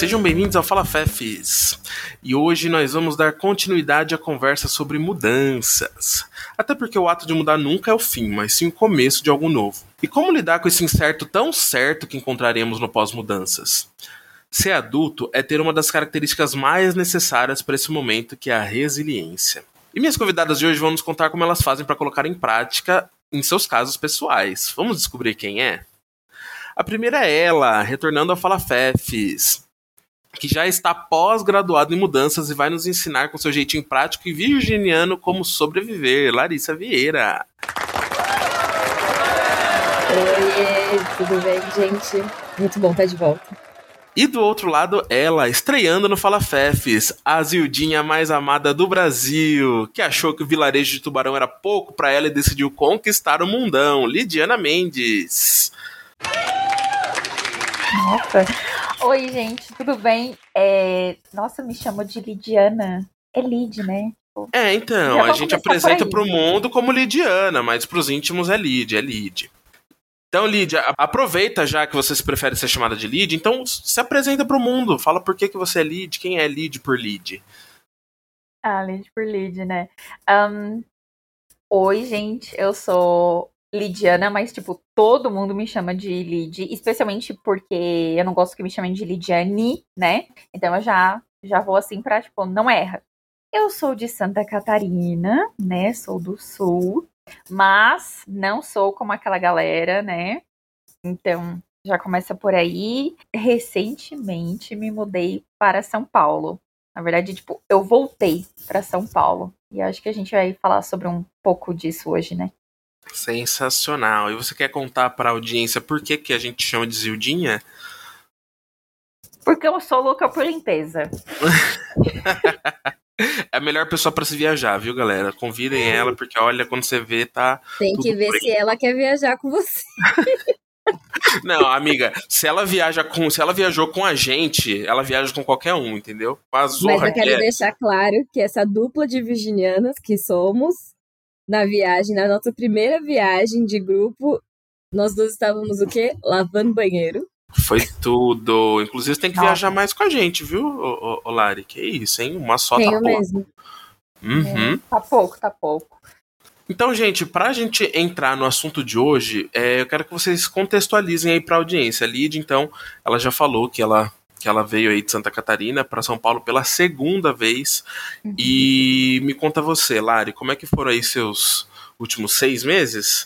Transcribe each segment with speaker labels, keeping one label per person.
Speaker 1: sejam bem-vindos ao Fala Fefes. E hoje nós vamos dar continuidade à conversa sobre mudanças. Até porque o ato de mudar nunca é o fim, mas sim o começo de algo novo. E como lidar com esse incerto tão certo que encontraremos no pós-mudanças? Ser adulto é ter uma das características mais necessárias para esse momento, que é a resiliência. E minhas convidadas de hoje vão nos contar como elas fazem para colocar em prática em seus casos pessoais. Vamos descobrir quem é? A primeira é ela, retornando ao Fala Fefes, que já está pós-graduado em mudanças e vai nos ensinar com seu jeitinho prático e virginiano como sobreviver. Larissa Vieira.
Speaker 2: Oi, tudo bem, gente? Muito bom estar de volta.
Speaker 1: E do outro lado, ela, estreando no Fala Fefes, a Zildinha mais amada do Brasil, que achou que o vilarejo de Tubarão era pouco pra ela e decidiu conquistar o mundão, Lidiana Mendes.
Speaker 3: Nossa. Oi, gente, tudo bem? Nossa, me chamou de Lidiana. É Lid, né?
Speaker 1: Então, a gente apresenta pro mundo como Lidiana, mas pros íntimos é Lid. Então, Lid, aproveita já que você se prefere ser chamada de Lid, então se apresenta pro mundo, fala por que você é Lid, quem é Lid por Lid.
Speaker 3: Lid por Lid, né? Oi, gente, eu sou Lidiana, mas, tipo, todo mundo me chama de Lid, especialmente porque eu não gosto que me chamem de Lidiane, né? Então eu já vou assim pra, tipo, não erra. Eu sou de Santa Catarina, né? Sou do Sul, mas não sou como aquela galera, né? Então, já começa por aí. Recentemente me mudei para São Paulo. Na verdade, tipo, eu voltei para São Paulo. E acho que a gente vai falar sobre um pouco disso hoje, né?
Speaker 1: Sensacional. E você quer contar para a audiência por que a gente chama de Zildinha?
Speaker 3: Porque eu sou louca por limpeza.
Speaker 1: É a melhor pessoa para se viajar, viu, galera? Convidem ela, porque olha, quando você vê, tá.
Speaker 2: Tem que ver se ela quer viajar com você.
Speaker 1: Não, amiga, se ela viajou com a gente, ela viaja com qualquer um, entendeu?
Speaker 2: Mas eu quero deixar claro que essa dupla de virginianas que somos, na nossa primeira viagem de grupo, nós dois estávamos o quê? Lavando banheiro.
Speaker 1: Foi tudo. Inclusive, você tem que viajar mais com a gente, viu, ô Lari? Que isso, hein? Uma só
Speaker 2: Tenho
Speaker 1: tá pouco.
Speaker 2: mesmo.
Speaker 1: Uhum.
Speaker 3: Tá pouco.
Speaker 1: Então, gente, pra gente entrar no assunto de hoje, eu quero que vocês contextualizem aí pra audiência. A Lid, então, ela já falou que ela veio aí de Santa Catarina para São Paulo pela segunda vez. Uhum. E me conta você, Lari, como é que foram aí seus últimos 6 meses?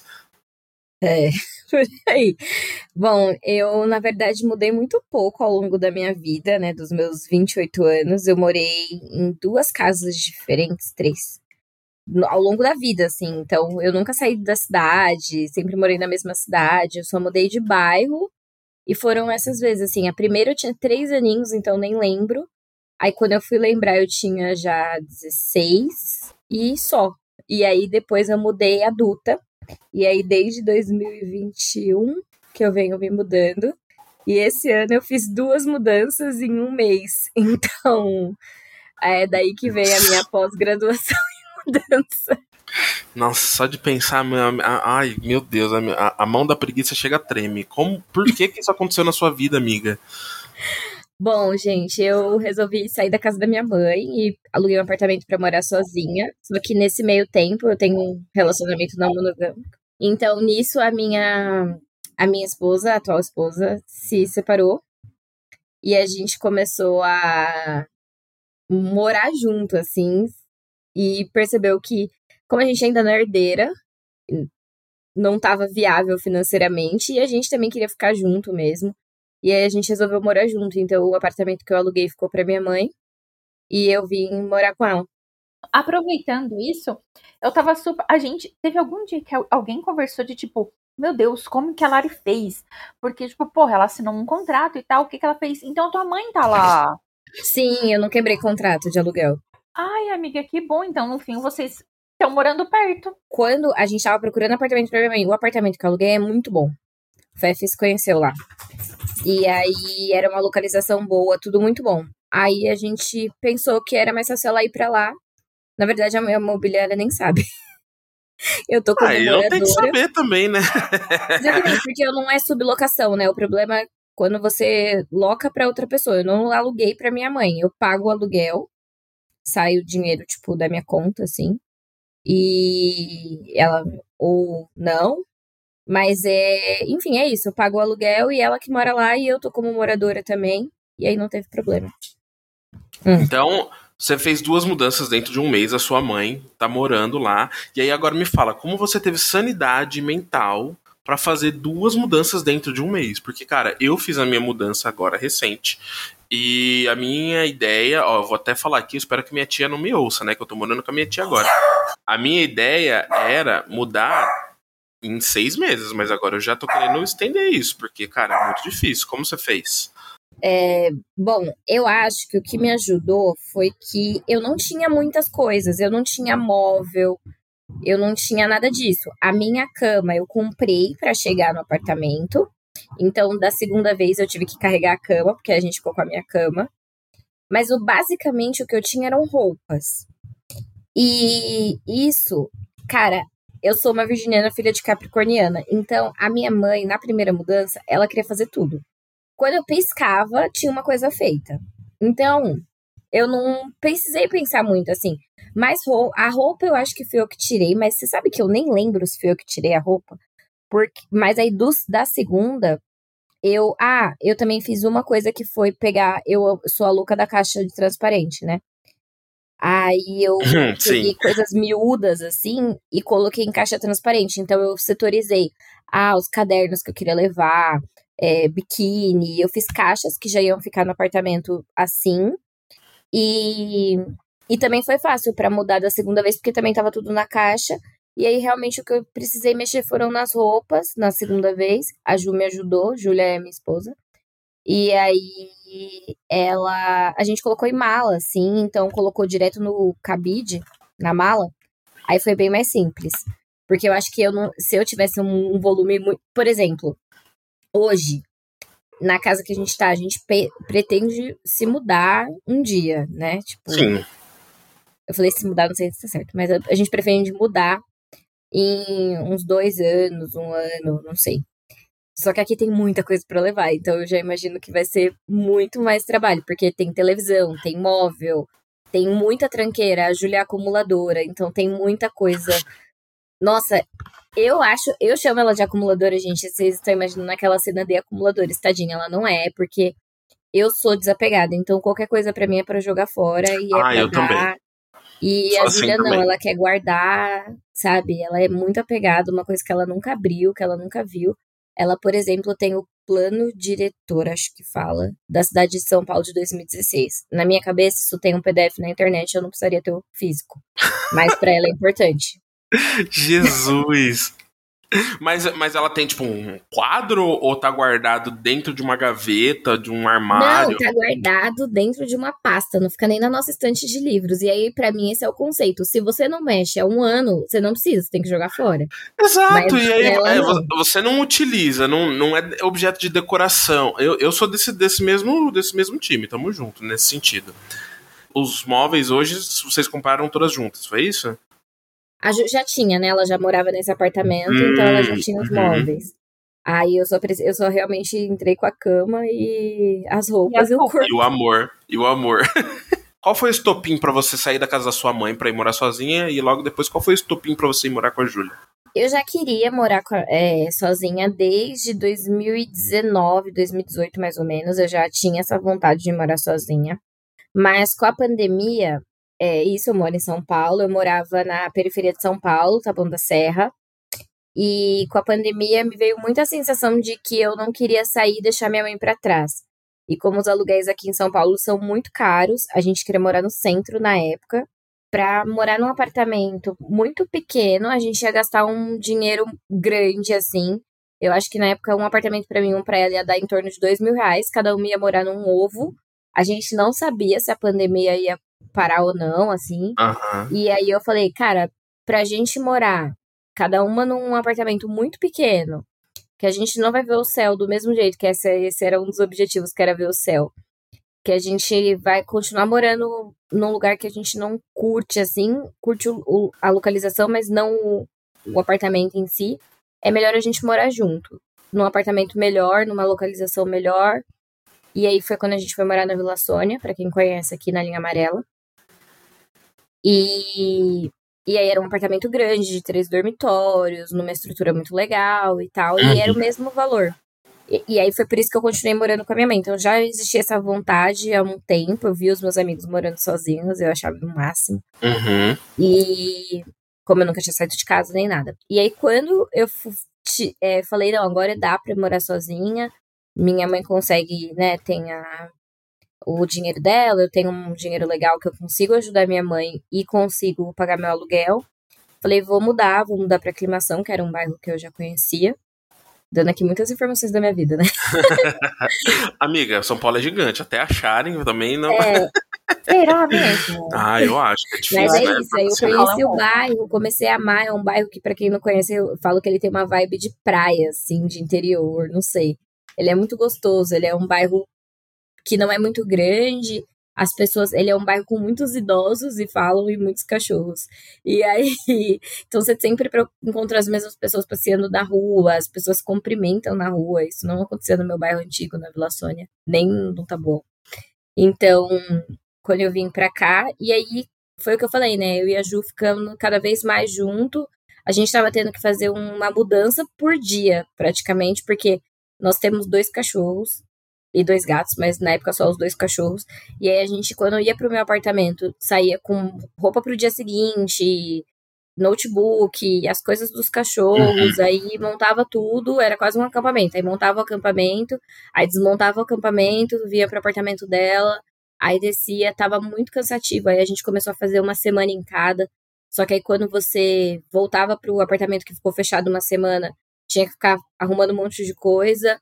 Speaker 2: Por aí. Bom, eu, na verdade, mudei muito pouco ao longo da minha vida, né, dos meus 28 anos. Eu morei em 2 casas diferentes, 3, ao longo da vida, assim. Então, eu nunca saí da cidade, sempre morei na mesma cidade, eu só mudei de bairro. E foram essas vezes, assim, a primeira eu tinha 3 aninhos, então nem lembro. Aí, quando eu fui lembrar, eu tinha já 16 e só. E aí, depois eu mudei adulta. E aí, desde 2021 que eu venho me mudando. E esse ano eu fiz 2 mudanças em 1 mês. Então, é daí que vem a minha pós-graduação em mudança.
Speaker 1: Nossa, só de pensar, ai, meu Deus, a mão da preguiça chega a treme. Por que isso aconteceu na sua vida, amiga?
Speaker 2: Bom, gente, eu resolvi sair da casa da minha mãe e aluguei um apartamento pra morar sozinha. Só que nesse meio tempo eu tenho um relacionamento não monogâmico. Então, nisso, a minha esposa, a atual esposa, se separou. E a gente começou a morar junto, assim. E percebeu que, como a gente ainda não é herdeira, não estava viável financeiramente. E a gente também queria ficar junto mesmo. E aí a gente resolveu morar junto. Então, o apartamento que eu aluguei ficou pra minha mãe. E eu vim morar com ela.
Speaker 3: Aproveitando isso, eu tava super... Teve algum dia que alguém conversou de, tipo, meu Deus, como que a Lari fez? Porque, tipo, porra, ela assinou um contrato e tal, o que ela fez? Então, tua mãe tá lá.
Speaker 2: Sim, eu não quebrei contrato de aluguel.
Speaker 3: Ai, amiga, que bom. Então, no fim, vocês estão morando perto.
Speaker 2: Quando a gente tava procurando apartamento pra minha mãe, o apartamento que eu aluguei é muito bom. O Fefes conheceu lá. E aí, era uma localização boa, tudo muito bom. Aí, a gente pensou que era mais fácil ela ir pra lá. Na verdade, a minha imobiliária nem sabe. Eu tô como moradora.
Speaker 1: Eu tenho que saber também, né?
Speaker 2: Exatamente, porque eu não é sublocação, né? O problema, quando você loca pra outra pessoa. Eu não aluguei pra minha mãe. Eu pago o aluguel, sai o dinheiro, tipo, da minha conta, assim. E ela, ou não. Mas enfim, é isso. Eu pago o aluguel e ela que mora lá e eu tô como moradora também. E aí não teve problema.
Speaker 1: Então, você fez 2 mudanças dentro de um mês, a sua mãe tá morando lá. E aí agora me fala, como você teve sanidade mental pra fazer 2 mudanças dentro de um mês? Porque, cara, eu fiz a minha mudança agora recente. E a minha ideia, ó, eu vou até falar aqui, eu espero que minha tia não me ouça, né? Que eu tô morando com a minha tia agora. A minha ideia era mudar em 6 meses, mas agora eu já tô querendo estender isso, porque, cara, é muito difícil. Como você fez?
Speaker 2: Bom, eu acho que o que me ajudou foi que eu não tinha muitas coisas. Eu não tinha móvel, eu não tinha nada disso. A minha cama eu comprei pra chegar no apartamento. Então, da segunda vez eu tive que carregar a cama, porque a gente ficou com a minha cama. Mas basicamente o que eu tinha eram roupas. E isso, cara, eu sou uma virginiana, filha de capricorniana. Então, a minha mãe, na primeira mudança, ela queria fazer tudo. Quando eu piscava, tinha uma coisa feita. Então, eu não precisei pensar muito, assim. Mas a roupa eu acho que fui eu que tirei, mas você sabe que eu nem lembro se fui eu que tirei a roupa? Mas aí da segunda, eu também fiz uma coisa que foi pegar, eu sou a louca da caixa de transparente, né? Aí eu peguei
Speaker 1: Sim.
Speaker 2: coisas miúdas, assim, e coloquei em caixa transparente. Então eu setorizei, os cadernos que eu queria levar, biquíni, eu fiz caixas que já iam ficar no apartamento assim. E também foi fácil pra mudar da segunda vez, porque também tava tudo na caixa. E aí, realmente, o que eu precisei mexer foram nas roupas, na segunda vez. A Ju me ajudou, Júlia é minha esposa. E aí, a gente colocou em mala, assim, então colocou direto no cabide, na mala. Aí foi bem mais simples. Porque eu acho que se eu tivesse um volume muito. Por exemplo, hoje, na casa que a gente tá, a gente pretende se mudar um dia, né? Tipo,
Speaker 1: Sim.
Speaker 2: eu falei se mudar, não sei se tá certo, mas a gente pretende mudar em uns 2 anos, 1 ano, não sei. Só que aqui tem muita coisa pra levar, então eu já imagino que vai ser muito mais trabalho, porque tem televisão, tem móvel, tem muita tranqueira, a Júlia é acumuladora, então tem muita coisa. Nossa, eu chamo ela de acumuladora, gente, vocês estão imaginando aquela cena de acumuladores, tadinha, ela não é, porque eu sou desapegada, então qualquer coisa pra mim é pra jogar fora e é pra
Speaker 1: Eu também.
Speaker 2: dar. E
Speaker 1: Sou
Speaker 2: a
Speaker 1: assim
Speaker 2: Júlia não,
Speaker 1: também.
Speaker 2: ela quer guardar, sabe? Ela é muito apegada, uma coisa que ela nunca abriu, que ela nunca viu. Ela, por exemplo, tem o plano diretor, acho que fala, da cidade de São Paulo de 2016. Na minha cabeça, isso tem um PDF na internet, eu não precisaria ter o físico. Mas pra ela é importante.
Speaker 1: Jesus! Mas ela tem, tipo, um quadro ou tá guardado dentro de uma gaveta, de um
Speaker 2: Não,
Speaker 1: armário?
Speaker 2: tá guardado dentro de uma pasta, não fica nem na nossa estante de livros. E aí, pra mim, esse é o conceito. Se você não mexe há 1 ano, você não precisa, você tem que jogar fora. Mas
Speaker 1: Exato, e aí
Speaker 2: ela não.
Speaker 1: você não utiliza, não é objeto de decoração. Eu sou desse mesmo time, tamo junto nesse sentido. Os móveis hoje, vocês compraram todas juntas, foi isso?
Speaker 2: A Ju já tinha, né? Ela já morava nesse apartamento, então ela já tinha os
Speaker 1: Uhum.
Speaker 2: móveis. Aí eu só realmente entrei com a cama e as
Speaker 3: E as
Speaker 2: roupas e o
Speaker 3: roupas?
Speaker 1: E o
Speaker 2: corpo.
Speaker 1: amor, e o amor. Qual foi o estopim pra você sair da casa da sua mãe pra ir morar sozinha? E logo depois, qual foi o estopim pra você ir morar com a Júlia?
Speaker 2: Eu já queria morar sozinha desde 2019, 2018 mais ou menos. Eu já tinha essa vontade de morar sozinha. Mas com a pandemia, isso eu moro em São Paulo. Eu morava na periferia de São Paulo, Taboão da Serra. E com a pandemia me veio muita sensação de que eu não queria sair e deixar minha mãe pra trás. E como os aluguéis aqui em São Paulo são muito caros, a gente queria morar no centro na época. Pra morar num apartamento muito pequeno, a gente ia gastar um dinheiro grande, assim. Eu acho que na época um apartamento pra mim, um pra ela ia dar em torno de R$ 2.000. Cada um ia morar num ovo. A gente não sabia se a pandemia ia parar ou não, assim.
Speaker 1: Aham.
Speaker 2: E aí eu falei, cara, pra gente morar, cada uma num apartamento muito pequeno, que a gente não vai ver o céu do mesmo jeito, que esse era um dos objetivos, que era ver o céu. Que a gente vai continuar morando num lugar que a gente não curte, assim, curte a localização, mas não o apartamento em si. É melhor a gente morar junto. num apartamento melhor, numa localização melhor. E aí foi quando a gente foi morar na Vila Sônia, pra quem conhece, aqui na linha amarela. E aí era um apartamento grande, de 3 dormitórios, numa estrutura muito legal e tal. E era o mesmo valor. E aí foi por isso que eu continuei morando com a minha mãe. Então já existia essa vontade há um tempo. Eu vi os meus amigos morando sozinhos, eu achava o máximo. E como eu nunca tinha saído de casa nem nada. E aí quando eu falei, não, agora dá pra morar sozinha. Minha mãe consegue, né, tem o dinheiro dela, eu tenho um dinheiro legal que eu consigo ajudar minha mãe e consigo pagar meu aluguel. Falei, vou mudar pra Aclimação, que era um bairro que eu já conhecia. Dando aqui muitas informações da minha vida, né?
Speaker 1: Amiga, São Paulo é gigante, até acharem também não...
Speaker 3: Será mesmo?
Speaker 1: Eu acho que é difícil.
Speaker 2: Mas é
Speaker 1: né?
Speaker 2: isso, aí eu conheci o bairro, comecei a amar, é um bairro que, pra quem não conhece, eu falo que ele tem uma vibe de praia, assim, de interior, não sei. Ele é muito gostoso, ele é um bairro que não é muito grande, as pessoas, ele é um bairro com muitos idosos e muitos cachorros. E aí, então você sempre encontra as mesmas pessoas passeando na rua, as pessoas cumprimentam na rua, isso não acontecia no meu bairro antigo, na Vila Sônia, nem no Taboão. Então, quando eu vim pra cá, e aí foi o que eu falei, né, eu e a Ju ficando cada vez mais junto, a gente tava tendo que fazer uma mudança por dia, praticamente, porque nós temos 2 cachorros, e 2 gatos, mas na época só os 2 cachorros. E aí a gente, quando eu ia pro meu apartamento, saía com roupa pro dia seguinte, notebook, as coisas dos cachorros, aí montava tudo, era quase um acampamento. Aí montava o acampamento, aí desmontava o acampamento, via pro apartamento dela, aí descia, tava muito cansativo. Aí a gente começou a fazer uma semana em cada. Só que aí quando você voltava pro apartamento que ficou fechado uma semana, tinha que ficar arrumando um monte de coisa.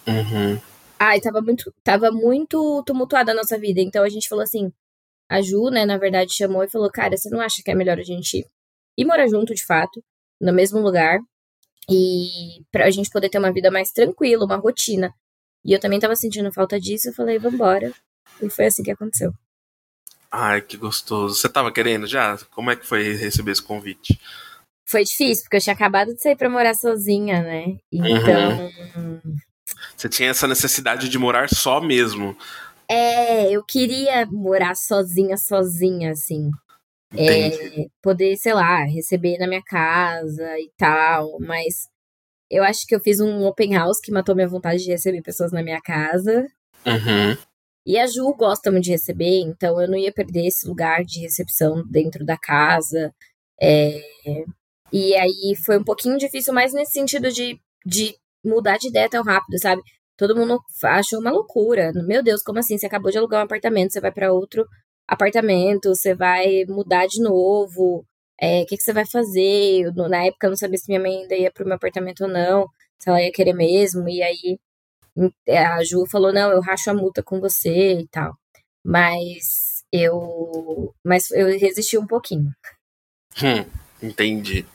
Speaker 2: E tava muito tumultuada a nossa vida. Então a gente falou assim, a Ju, né, na verdade, chamou e falou, cara, você não acha que é melhor a gente ir morar junto, de fato, no mesmo lugar, e pra gente poder ter uma vida mais tranquila, uma rotina. E eu também tava sentindo falta disso, eu falei, vambora. E foi assim que aconteceu.
Speaker 1: Ai, que gostoso. Você tava querendo já? Como é que foi receber esse convite?
Speaker 2: Foi difícil, porque eu tinha acabado de sair pra morar sozinha, né? Então...
Speaker 1: Você tinha essa necessidade de morar só mesmo.
Speaker 2: Eu queria morar sozinha, assim. Poder, sei lá, receber na minha casa e tal, mas eu acho que eu fiz um open house que matou minha vontade de receber pessoas na minha casa. E a Ju gosta muito de receber, então eu não ia perder esse lugar de recepção dentro da casa. E aí foi um pouquinho difícil, mas nesse sentido de mudar de ideia tão rápido, sabe? Todo mundo achou uma loucura. Meu Deus, como assim? Você acabou de alugar um apartamento, você vai pra outro apartamento, você vai mudar de novo. O que você vai fazer? Na época eu não sabia se minha mãe ainda ia pro meu apartamento ou não, se ela ia querer mesmo. E aí a Ju falou, não, eu racho a multa com você e tal. Mas eu resisti um pouquinho.
Speaker 1: Entendi.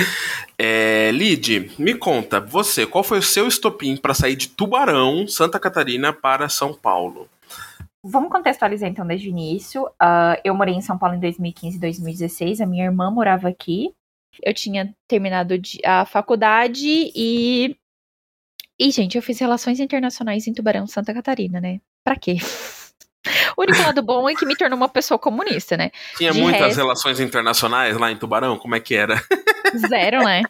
Speaker 1: Lid, me conta, você, qual foi o seu estopim para sair de Tubarão, Santa Catarina, para São Paulo?
Speaker 3: Vamos contextualizar então desde o início. Eu morei em São Paulo em 2015 e 2016, a minha irmã morava aqui. Eu tinha terminado a faculdade e, gente, eu fiz relações internacionais em Tubarão, Santa Catarina, né? Pra quê? O único lado bom é que me tornou uma pessoa comunista, né?
Speaker 1: Tinha muitas relações internacionais lá em Tubarão? Como é que era?
Speaker 3: Zero, né?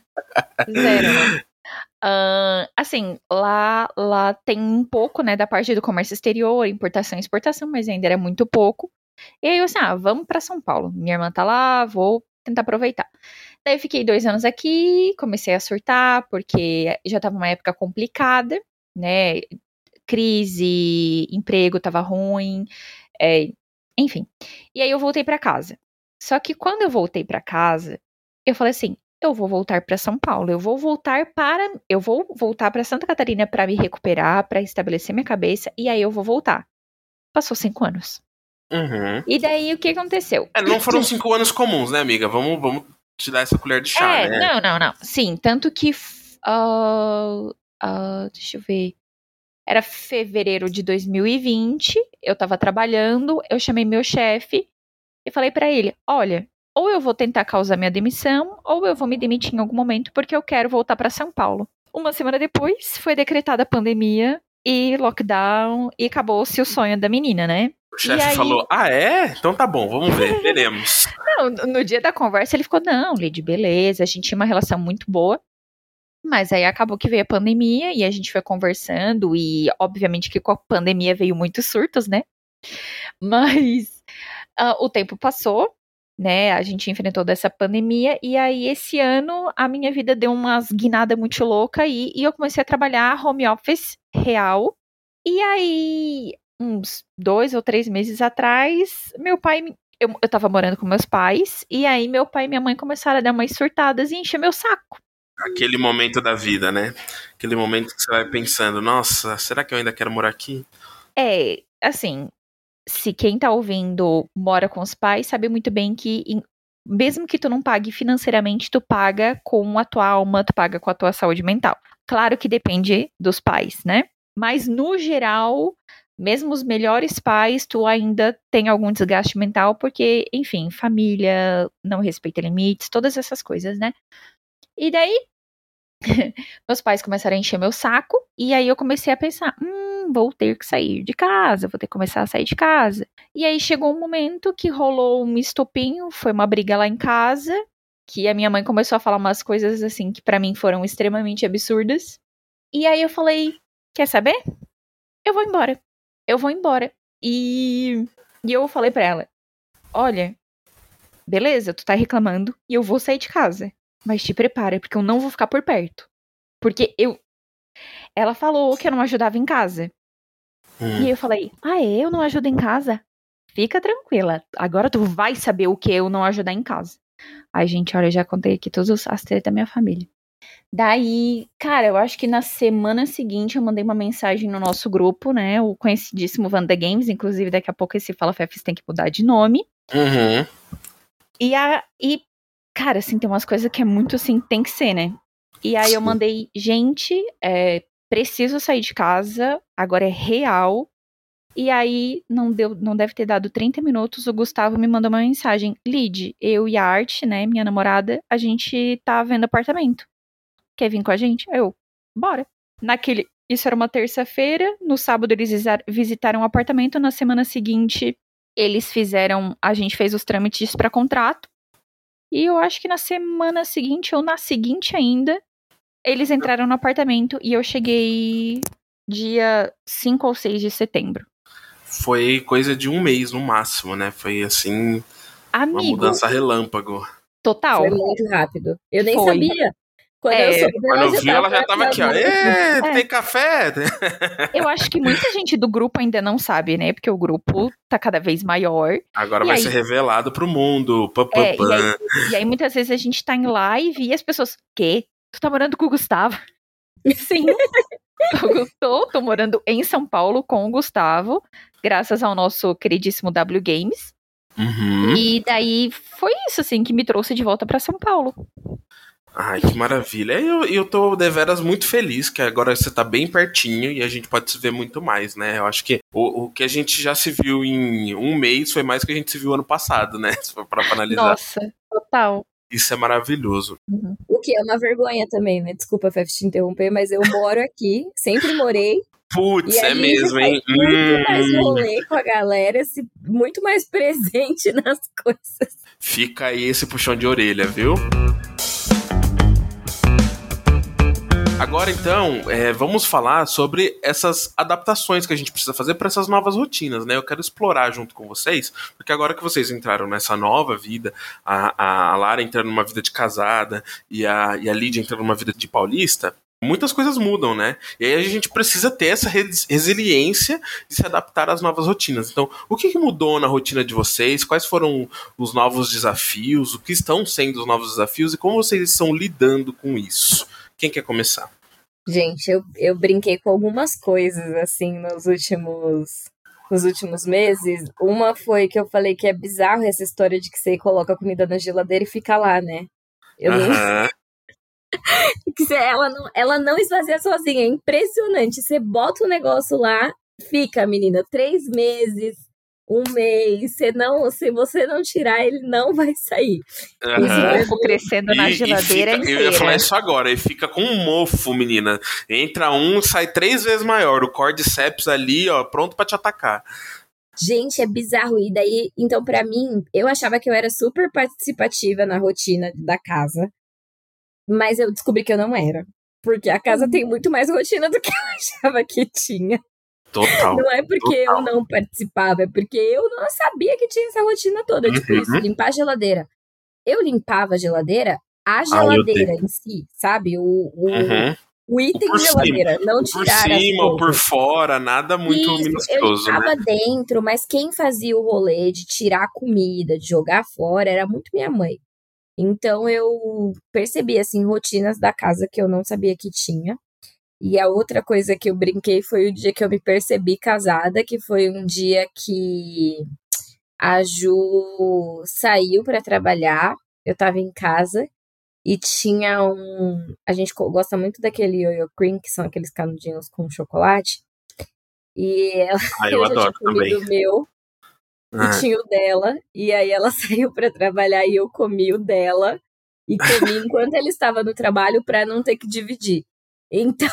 Speaker 3: Assim, lá tem um pouco, né, da parte do comércio exterior, importação e exportação, mas ainda era muito pouco. E aí eu assim, vamos pra São Paulo. Minha irmã tá lá, vou tentar aproveitar. Daí eu fiquei 2 anos aqui, comecei a surtar, porque já tava uma época complicada, né? Crise, emprego tava ruim, enfim. E aí eu voltei pra casa. Só que quando eu voltei pra casa, eu falei assim, eu vou voltar para São Paulo, eu vou voltar para Santa Catarina para me recuperar, para estabelecer minha cabeça, e aí eu vou voltar. Passou 5 anos. E daí o que aconteceu?
Speaker 1: Não foram 5 anos comuns, né, amiga? Vamos te dar essa colher de chá, né?
Speaker 3: Não. Sim, tanto que deixa eu ver. Era fevereiro de 2020, eu tava trabalhando, eu chamei meu chefe e falei para ele, olha, ou eu vou tentar causar minha demissão, ou eu vou me demitir em algum momento, porque eu quero voltar para São Paulo. Uma semana depois, foi decretada a pandemia e lockdown e acabou-se o sonho da menina, né?
Speaker 1: O chefe falou, Então tá bom, vamos ver, veremos.
Speaker 3: Não, no dia da conversa ele ficou, não, Lid, beleza, a gente tinha uma relação muito boa. Mas aí acabou que veio a pandemia e a gente foi conversando e obviamente que com a pandemia veio muitos surtos, né? Mas o tempo passou, né? A gente enfrentou dessa pandemia e aí esse ano a minha vida deu umas guinadas muito louca e eu comecei a trabalhar home office real. E aí, uns 2 ou 3 meses atrás, meu pai... Eu tava morando com meus pais e aí meu pai e minha mãe começaram a dar umas surtadas e encher meu saco.
Speaker 1: Aquele momento da vida, né? Aquele momento que você vai pensando, nossa, será que eu ainda quero morar aqui?
Speaker 3: Assim, se quem tá ouvindo mora com os pais, sabe muito bem que mesmo que tu não pague financeiramente, tu paga com a tua alma, tu paga com a tua saúde mental. Claro que depende dos pais, né? Mas no geral, mesmo os melhores pais, tu ainda tem algum desgaste mental, porque, enfim, família, não respeita limites, todas essas coisas, né? E daí, meus pais começaram a encher meu saco, e aí eu comecei a pensar, vou ter que sair de casa, vou ter que começar a sair de casa. E aí chegou um momento que rolou um estopinho, foi uma briga lá em casa, que a minha mãe começou a falar umas coisas assim que pra mim foram extremamente absurdas. E aí eu falei, quer saber? Eu vou embora. Eu vou embora. E eu falei pra ela, olha, beleza, tu tá reclamando e eu vou sair de casa. Mas te prepara, porque eu não vou ficar por perto. Porque ela falou que eu não ajudava em casa. E eu falei, eu não ajudo em casa? Fica tranquila, agora tu vai saber o que eu não ajudar em casa. Ai, gente, olha, eu já contei aqui todas as tretas da minha família. Daí, cara, eu acho que na semana seguinte eu mandei uma mensagem no nosso grupo, né, o conhecidíssimo Wanda Games, inclusive daqui a pouco esse Fala Fefes tem que mudar de nome. E, cara, assim, tem umas coisas que é muito assim, tem que ser, né? E aí eu mandei, gente, preciso sair de casa, agora é real. E aí, não deve ter dado 30 minutos, o Gustavo me mandou uma mensagem. Lid, eu e a Art, né, minha namorada, a gente tá vendo apartamento. Quer vir com a gente? Eu, bora. Isso era uma terça-feira, no sábado eles visitaram o apartamento, na semana seguinte a gente fez os trâmites pra contrato. E eu acho que na semana seguinte, ou na seguinte ainda, eles entraram no apartamento e eu cheguei dia 5 ou 6 de setembro.
Speaker 1: Foi coisa de um mês no máximo, né? Foi assim,
Speaker 3: Amigo,
Speaker 1: uma mudança relâmpago.
Speaker 3: Total.
Speaker 2: Foi muito rápido. Eu nem sabia. Quando eu soube,
Speaker 1: quando eu vi, ela já tava aqui, ó. Tem café?
Speaker 3: Eu acho que muita gente do grupo ainda não sabe, né? Porque o grupo tá cada vez maior.
Speaker 1: Agora vai ser revelado pro mundo.
Speaker 3: E aí muitas vezes a gente tá em live e as pessoas, quê? Tu tá morando com o Gustavo? Sim. Tô morando em São Paulo com o Gustavo, graças ao nosso queridíssimo W Games. E daí foi isso, assim, que me trouxe de volta pra São Paulo.
Speaker 1: Ai, que maravilha. Eu tô deveras muito feliz que agora você tá bem pertinho e a gente pode se ver muito mais, né? Eu acho que o que a gente já se viu em um mês foi mais que a gente se viu ano passado, né? Se for pra analisar.
Speaker 3: Nossa, total.
Speaker 1: Isso é maravilhoso.
Speaker 2: O que é uma vergonha também, né? Desculpa, Fef, te interromper, mas eu moro aqui, sempre morei.
Speaker 1: Putz, é mesmo, hein?
Speaker 2: Muito mais rolê com a galera, muito mais presente nas coisas.
Speaker 1: Fica aí esse puxão de orelha, viu? Agora, então, vamos falar sobre essas adaptações que a gente precisa fazer para essas novas rotinas, né? Eu quero explorar junto com vocês, porque agora que vocês entraram nessa nova vida, a Lara entrando numa vida de casada e a Lídia entrando numa vida de paulista, muitas coisas mudam, né? E aí a gente precisa ter essa resiliência de se adaptar às novas rotinas. Então, o que mudou na rotina de vocês? Quais foram os novos desafios? O que estão sendo os novos desafios? E como vocês estão lidando com isso? Quem quer começar?
Speaker 2: Gente, eu brinquei com algumas coisas, assim, nos últimos meses. Uma foi que eu falei que é bizarro essa história de que você coloca a comida na geladeira e fica lá, né? Que ela não esvazia sozinha, é impressionante. Você bota o negócio lá, fica, menina, 3 meses, um mês. Se você não tirar, ele não vai sair.
Speaker 3: Esse mofo crescendo na geladeira inteira.
Speaker 1: Eu ia falar isso agora, e fica com um mofo, menina. Entra um, sai 3 vezes maior. O Cordyceps ali, ó, pronto pra te atacar.
Speaker 2: Gente, é bizarro. E daí, então, pra mim, eu achava que eu era super participativa na rotina da casa. Mas eu descobri que eu não era. Porque a casa tem muito mais rotina do que eu achava que tinha.
Speaker 1: Total.
Speaker 2: Não é porque eu não participava, é porque eu não sabia que tinha essa rotina toda. Tipo isso, limpar a geladeira. Eu limpava a geladeira em si, sabe? O item de geladeira, não tirar
Speaker 1: por cima ou
Speaker 2: as
Speaker 1: por fora, nada muito minucioso,
Speaker 2: eu limpava
Speaker 1: né?
Speaker 2: dentro, mas quem fazia o rolê de tirar a comida, de jogar fora, era muito minha mãe. Então eu percebi, assim, rotinas da casa que eu não sabia que tinha. E a outra coisa que eu brinquei foi o dia que eu me percebi casada, que foi um dia que a Ju saiu para trabalhar, eu tava em casa e tinha a gente gosta muito daquele Yo-Yo Cream, que são aqueles canudinhos com chocolate. E
Speaker 1: Eu
Speaker 2: já
Speaker 1: adoro
Speaker 2: tinha comido
Speaker 1: também.
Speaker 2: o meu e tinha o dela. E aí ela saiu para trabalhar e eu comi o dela. E comi enquanto ela estava no trabalho para não ter que dividir. Então,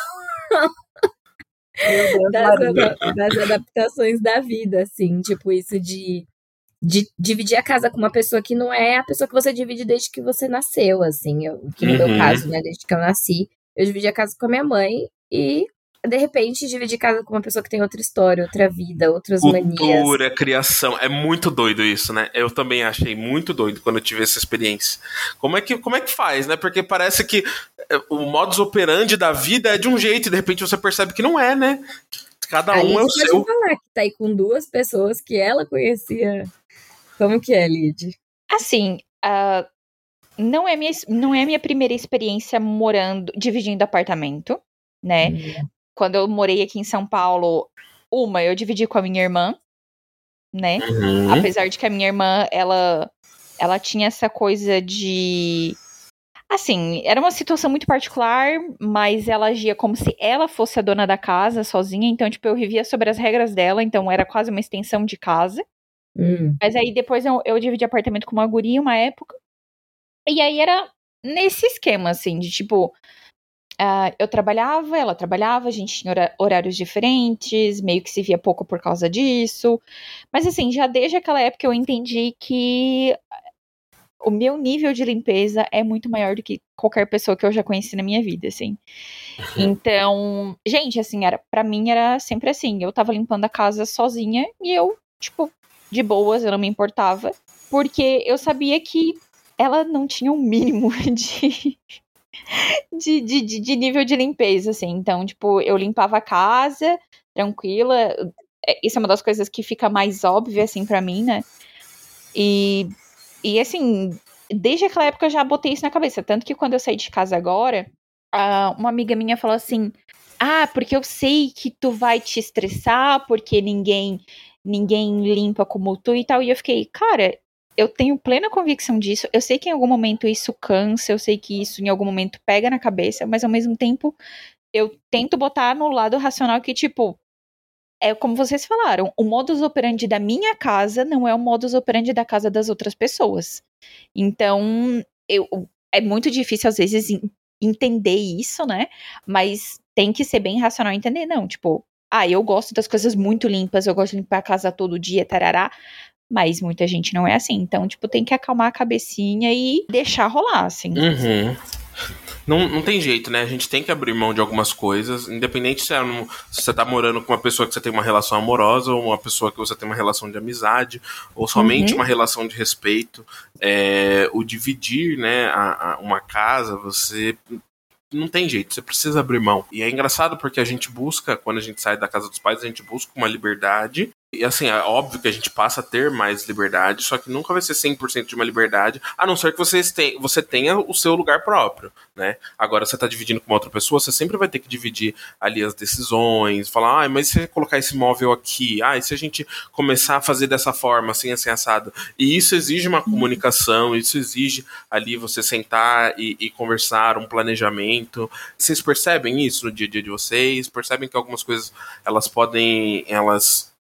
Speaker 2: das adaptações da vida, assim, tipo isso de dividir a casa com uma pessoa que não é a pessoa que você divide desde que você nasceu, assim, que no meu caso, né, desde que eu nasci, eu dividi a casa com a minha mãe e, de repente, dividi casa com uma pessoa que tem outra história, outra vida, outras manias.
Speaker 1: Cultura, criação, é muito doido isso, né? Eu também achei muito doido quando eu tive essa experiência. Como é que faz, né? Porque parece que o modus operandi da vida é de um jeito e de repente você percebe que não é, né? Cada um é o seu.
Speaker 2: Falar que tá aí com 2 pessoas que ela conhecia. Como que é, Lid?
Speaker 3: Assim, não é minha primeira experiência dividindo apartamento, né? Quando eu morei aqui em São Paulo, eu dividi com a minha irmã, né? Apesar de que a minha irmã, ela tinha essa coisa de... Assim, era uma situação muito particular, mas ela agia como se ela fosse a dona da casa, sozinha. Então, tipo, eu vivia sobre as regras dela, então era quase uma extensão de casa. Mas aí depois eu dividi apartamento com uma guria uma época. E aí era nesse esquema, assim, de tipo... eu trabalhava, ela trabalhava, a gente tinha horários diferentes, meio que se via pouco por causa disso. Mas assim, já desde aquela época eu entendi que o meu nível de limpeza é muito maior do que qualquer pessoa que eu já conheci na minha vida, assim. Então, gente, assim, pra mim era sempre assim. Eu tava limpando a casa sozinha e eu, tipo, de boas, eu não me importava. Porque eu sabia que ela não tinha um mínimo de nível de limpeza, assim. Então, tipo, eu limpava a casa, tranquila. Isso é uma das coisas que fica mais óbvia, assim, pra mim, né? E assim, desde aquela época eu já botei isso na cabeça. Tanto que quando eu saí de casa agora, uma amiga minha falou assim: porque eu sei que tu vai te estressar, porque ninguém limpa como tu e tal. E eu fiquei, cara, eu tenho plena convicção disso. Eu sei que em algum momento isso cansa, eu sei que isso em algum momento pega na cabeça, mas ao mesmo tempo eu tento botar no lado racional que, tipo, é como vocês falaram, o modus operandi da minha casa não é o modus operandi da casa das outras pessoas. Então, é muito difícil às vezes entender isso, né? Mas tem que ser bem racional entender, não. Tipo, eu gosto das coisas muito limpas, eu gosto de limpar a casa todo dia, tarará. Mas muita gente não é assim. Então, tipo, tem que acalmar a cabecinha e deixar rolar, assim.
Speaker 1: Não tem jeito, né? A gente tem que abrir mão de algumas coisas, independente se você tá morando com uma pessoa que você tem uma relação amorosa, ou uma pessoa que você tem uma relação de amizade, ou somente uma relação de respeito. O dividir, né, uma casa, você... Não tem jeito, você precisa abrir mão. E é engraçado porque a gente busca, quando a gente sai da casa dos pais, a gente busca uma liberdade. E assim, é óbvio que a gente passa a ter mais liberdade, só que nunca vai ser 100% de uma liberdade, a não ser que você tenha o seu lugar próprio, né? Agora, você tá dividindo com uma outra pessoa, você sempre vai ter que dividir ali as decisões, falar, mas se você colocar esse móvel aqui, e se a gente começar a fazer dessa forma, assim, assado. E isso exige uma comunicação, isso exige ali você sentar e conversar, um planejamento. Vocês percebem isso no dia a dia de vocês? Percebem que algumas coisas, elas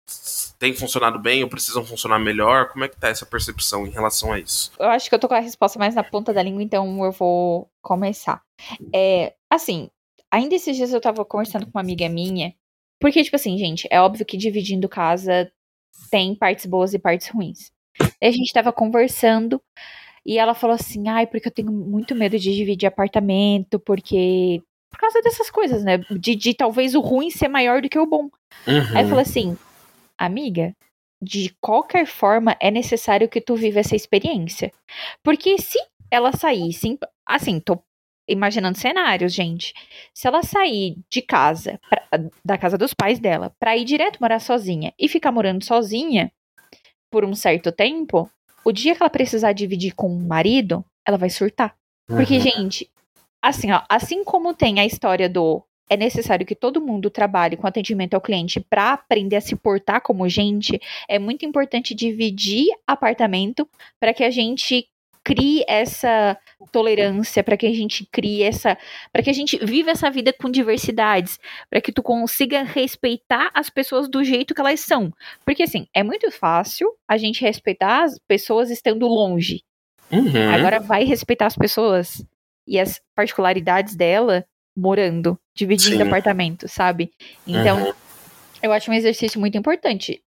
Speaker 1: têm funcionado bem ou precisam funcionar melhor? Como é que tá essa percepção em relação a isso?
Speaker 3: Eu acho que eu tô com a resposta mais na ponta da língua, então eu vou começar. Assim, ainda esses dias eu tava conversando com uma amiga minha, porque, tipo assim, gente, é óbvio que dividindo casa tem partes boas e partes ruins. Aí a gente tava conversando e ela falou assim, ai, porque eu tenho muito medo de dividir apartamento, porque... Por causa dessas coisas, né? De talvez o ruim ser maior do que o bom. Aí eu falei assim, amiga, de qualquer forma é necessário que tu viva essa experiência. Porque se ela sair, assim, tô imaginando cenários, gente. Se ela sair de casa, da casa dos pais dela, pra ir direto morar sozinha e ficar morando sozinha por um certo tempo, o dia que ela precisar dividir com o marido, ela vai surtar. Porque, gente, assim, ó, assim como tem a história do é necessário que todo mundo trabalhe com atendimento ao cliente para aprender a se portar como gente, é muito importante dividir apartamento para que a gente crie essa tolerância, para que a gente para que a gente viva essa vida com diversidades, para que tu consiga respeitar as pessoas do jeito que elas são. Porque assim, é muito fácil a gente respeitar as pessoas estando longe. Agora vai respeitar as pessoas e as particularidades dela morando, dividindo apartamento, sabe? Então, eu acho um exercício muito importante.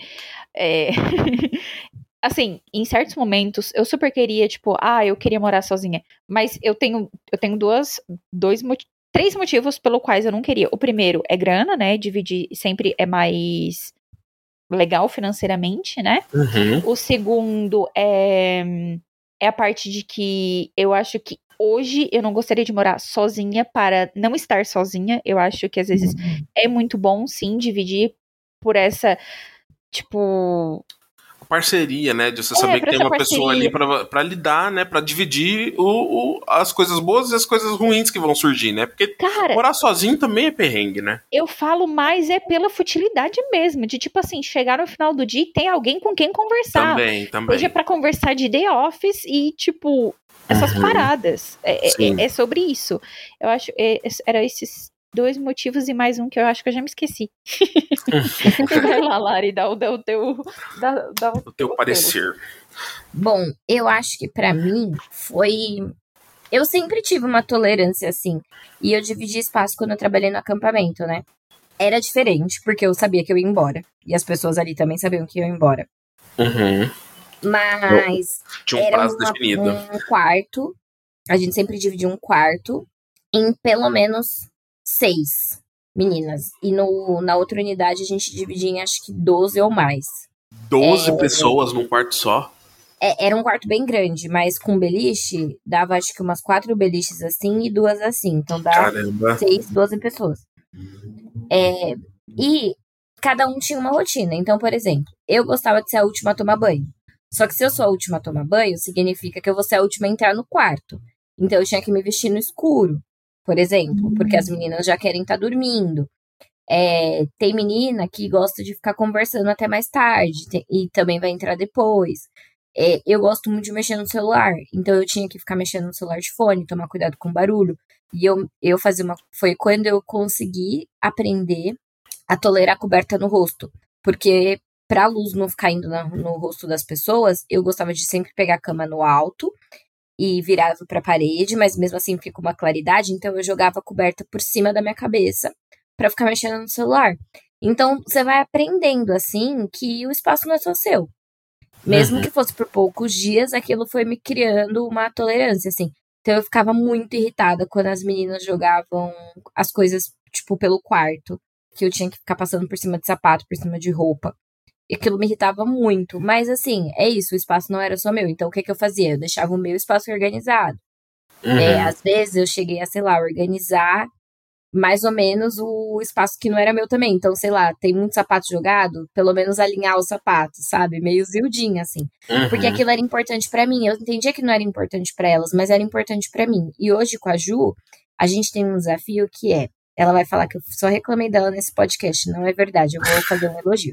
Speaker 3: Assim, em certos momentos, eu super queria, tipo, eu queria morar sozinha. Mas eu tenho três motivos pelo quais eu não queria. O primeiro é grana, né? Dividir sempre é mais legal financeiramente, né? O segundo é a parte de que eu acho que hoje eu não gostaria de morar sozinha para não estar sozinha. Eu acho que às vezes é muito bom, sim, dividir por essa, tipo...
Speaker 1: Parceria, né? De você saber que tem uma pessoa ali pra lidar, né? Pra dividir as coisas boas e as coisas ruins que vão surgir, né? Porque
Speaker 3: Cara,
Speaker 1: morar sozinho também é perrengue, né?
Speaker 3: Eu falo mais pela futilidade mesmo, de tipo assim, chegar no final do dia e ter alguém com quem conversar.
Speaker 1: Também.
Speaker 3: Seja pra conversar de The Office e, tipo, essas paradas. É sobre isso. Eu acho, era esses dois motivos e mais um que eu acho que eu já me esqueci. Vai lá, Lari, dá o teu...
Speaker 1: O teu parecer.
Speaker 2: Bom, eu acho que pra mim foi... Eu sempre tive uma tolerância, assim. E eu dividi espaço quando eu trabalhei no acampamento, né? Era diferente, porque eu sabia que eu ia embora. E as pessoas ali também sabiam que eu ia embora. Mas
Speaker 1: tinha um prazo definido.
Speaker 2: Um quarto. A gente sempre dividia um quarto em pelo menos 6 meninas. E na outra unidade a gente dividia em acho que 12 ou mais.
Speaker 1: 12 pessoas num quarto só?
Speaker 2: Era um quarto bem grande, mas com beliche, dava acho que umas 4 beliches assim e 2 assim. Então dá 6, 12 pessoas. E cada um tinha uma rotina. Então, por exemplo, eu gostava de ser a última a tomar banho. Só que se eu sou a última a tomar banho, significa que eu vou ser a última a entrar no quarto. Então eu tinha que me vestir no escuro, por exemplo, porque as meninas já querem estar dormindo. Tem menina que gosta de ficar conversando até mais tarde e também vai entrar depois. Eu gosto muito de mexer no celular, então eu tinha que ficar mexendo no celular de fone, tomar cuidado com o barulho. E eu fazia foi quando eu consegui aprender a tolerar a coberta no rosto, porque pra luz não ficar indo no rosto das pessoas, eu gostava de sempre pegar a cama no alto e virava pra parede, mas mesmo assim fica uma claridade, então eu jogava a coberta por cima da minha cabeça pra ficar mexendo no celular. Então você vai aprendendo assim que o espaço não é só seu. Mesmo que fosse por poucos dias, aquilo foi me criando uma tolerância, assim. Então eu ficava muito irritada quando as meninas jogavam as coisas, tipo, pelo quarto. Que eu tinha que ficar passando por cima de sapato, por cima de roupa. E aquilo me irritava muito. Mas, assim, é isso, o espaço não era só meu. Então, o que eu fazia? Eu deixava o meu espaço organizado. Às vezes, eu cheguei a, sei lá, organizar mais ou menos o espaço que não era meu também. Então, sei lá, tem muito sapato jogado, pelo menos alinhar os sapatos, sabe? Meio zildinha, assim. Porque aquilo era importante pra mim. Eu entendia que não era importante pra elas, mas era importante pra mim. E hoje, com a Ju, a gente tem um desafio que é... Ela vai falar que eu só reclamei dela nesse podcast. Não é verdade, eu vou fazer um elogio.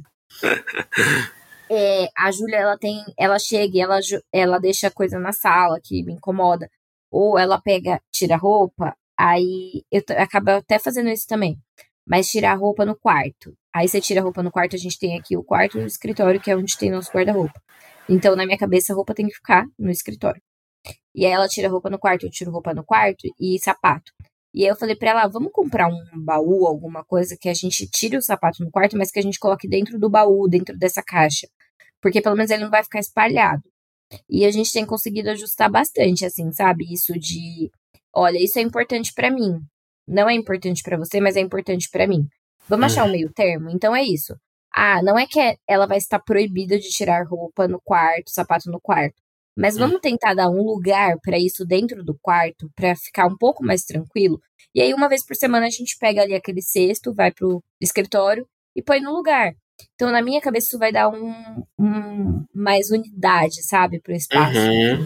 Speaker 2: A Júlia, ela chega e ela deixa coisa na sala que me incomoda. Ou ela tira a roupa, aí eu acabo até fazendo isso também. Mas tirar a roupa no quarto. Aí você tira a roupa no quarto, a gente tem aqui o quarto e o escritório, que é onde tem nosso guarda-roupa. Então, na minha cabeça, a roupa tem que ficar no escritório. E aí ela tira a roupa no quarto, eu tiro roupa no quarto e sapato. E aí eu falei pra ela, vamos comprar um baú, alguma coisa que a gente tire o sapato no quarto, mas que a gente coloque dentro do baú, dentro dessa caixa. Porque pelo menos ele não vai ficar espalhado. E a gente tem conseguido ajustar bastante, assim, sabe? Isso de, olha, isso é importante pra mim. Não é importante pra você, mas é importante pra mim. Vamos achar um meio termo? Então é isso. Ah, não é que ela vai estar proibida de tirar roupa no quarto, sapato no quarto. Mas vamos tentar dar um lugar pra isso dentro do quarto, pra ficar um pouco mais tranquilo. E aí, uma vez por semana, a gente pega ali aquele cesto, vai pro escritório e põe no lugar. Então, na minha cabeça, isso vai dar mais unidade, sabe, pro espaço.
Speaker 1: Uhum.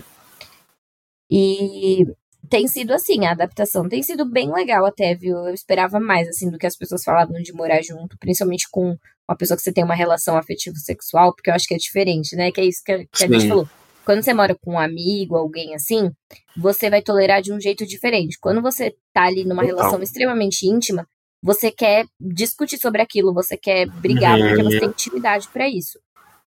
Speaker 2: E tem sido assim, a adaptação tem sido bem legal até, viu? Eu esperava mais, assim, do que as pessoas falavam de morar junto, principalmente com uma pessoa que você tem uma relação afetivo-sexual, porque eu acho que é diferente, né? Que é isso que a gente falou. Quando você mora com um amigo, alguém assim, você vai tolerar de um jeito diferente. Quando você tá ali numa relação extremamente íntima, você quer discutir sobre aquilo, você quer brigar, porque você tem intimidade pra isso.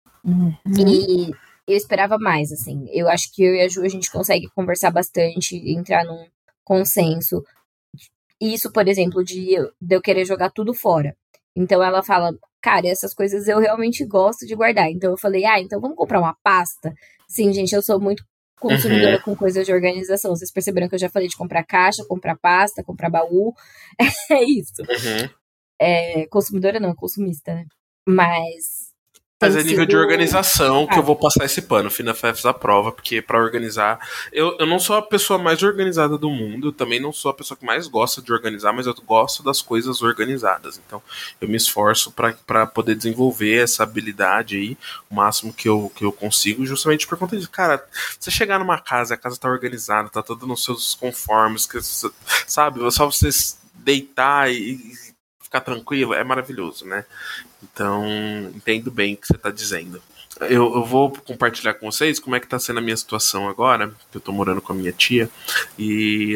Speaker 2: E eu esperava mais, assim. Eu acho que eu e a Ju, a gente consegue conversar bastante, entrar num consenso. Isso, por exemplo, de eu querer jogar tudo fora. Então ela fala, cara, essas coisas eu realmente gosto de guardar. Então eu falei, então vamos comprar uma pasta? Sim, gente, eu sou muito consumidora com coisas de organização. Vocês perceberam que eu já falei de comprar caixa, comprar pasta, comprar baú. É isso. Consumidora não, consumista, né? Mas
Speaker 1: é nível de organização que eu vou passar esse pano. Fina Fefs à prova, porque pra organizar... Eu não sou a pessoa mais organizada do mundo, eu também não sou a pessoa que mais gosta de organizar, mas eu gosto das coisas organizadas. Então, eu me esforço pra poder desenvolver essa habilidade aí, o máximo que eu consigo, justamente por conta disso. Cara, você chegar numa casa, a casa tá organizada, tá toda nos seus conformes, sabe? É só você deitar e ficar tranquilo, é maravilhoso, né? Então, entendo bem o que você está dizendo. Eu vou compartilhar com vocês como é que está sendo a minha situação agora, que eu estou morando com a minha tia, e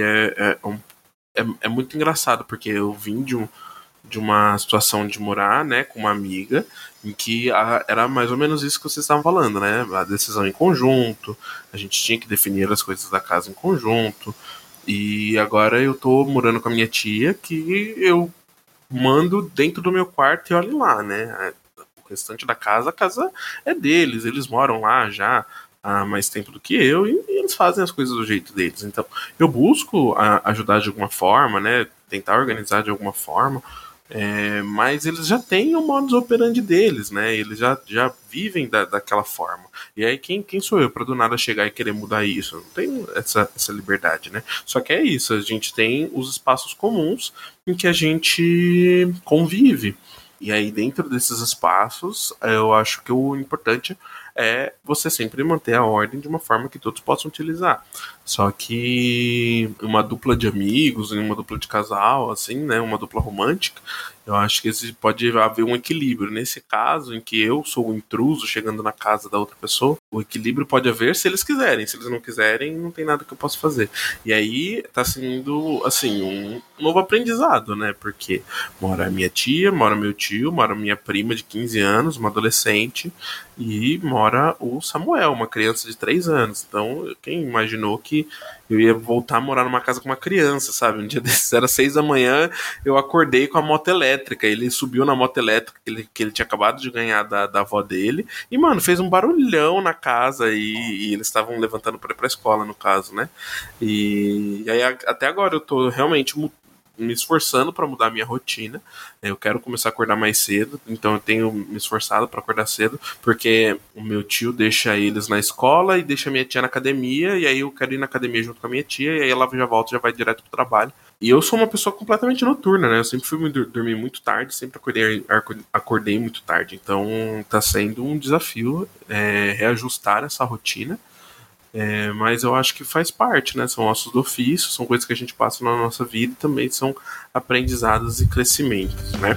Speaker 1: é muito engraçado, porque eu vim de uma situação de morar, né, com uma amiga, em que era mais ou menos isso que vocês estavam falando, né, a decisão em conjunto, a gente tinha que definir as coisas da casa em conjunto, e agora eu estou morando com a minha tia, que eu mando dentro do meu quarto e olhe lá, né? O restante da casa, a casa é deles, eles moram lá já há mais tempo do que eu e eles fazem as coisas do jeito deles. Então, eu busco ajudar de alguma forma, né? Tentar organizar de alguma forma, mas eles já têm o modus operandi deles, né? Eles já vivem daquela forma. E aí, quem sou eu para do nada chegar e querer mudar isso? Não tem essa liberdade, né? Só que é isso, a gente tem os espaços comuns em que a gente convive. E aí, dentro desses espaços, eu acho que o importante é você sempre manter a ordem de uma forma que todos possam utilizar. Só que uma dupla de amigos, uma dupla de casal, assim, né, uma dupla romântica, eu acho que pode haver um equilíbrio. Nesse caso, em que eu sou o intruso chegando na casa da outra pessoa, o equilíbrio pode haver se eles quiserem. Se eles não quiserem, não tem nada que eu possa fazer. E aí tá sendo, assim, um novo aprendizado, né? Porque mora minha tia, mora meu tio, mora minha prima de 15 anos, uma adolescente, e mora o Samuel, uma criança de 3 anos. Então, quem imaginou que eu ia voltar a morar numa casa com uma criança, sabe? Um dia desses, era 6 da manhã, eu acordei com a moto elétrica. Ele subiu na moto elétrica que ele tinha acabado de ganhar da avó dele. E, mano, fez um barulhão na casa e eles estavam levantando pra ir pra escola, no caso, né? E aí, até agora, eu tô realmente me esforçando para mudar a minha rotina. Eu quero começar a acordar mais cedo, então eu tenho me esforçado para acordar cedo, porque o meu tio deixa eles na escola e deixa a minha tia na academia, e aí eu quero ir na academia junto com a minha tia, e aí ela já volta, já vai direto pro trabalho. E eu sou uma pessoa completamente noturna, né? Eu sempre fui dormir muito tarde, sempre acordei muito tarde. Então tá sendo um desafio reajustar essa rotina. Mas eu acho que faz parte, né? São ossos do ofício, são coisas que a gente passa na nossa vida e também são aprendizados e crescimentos, né?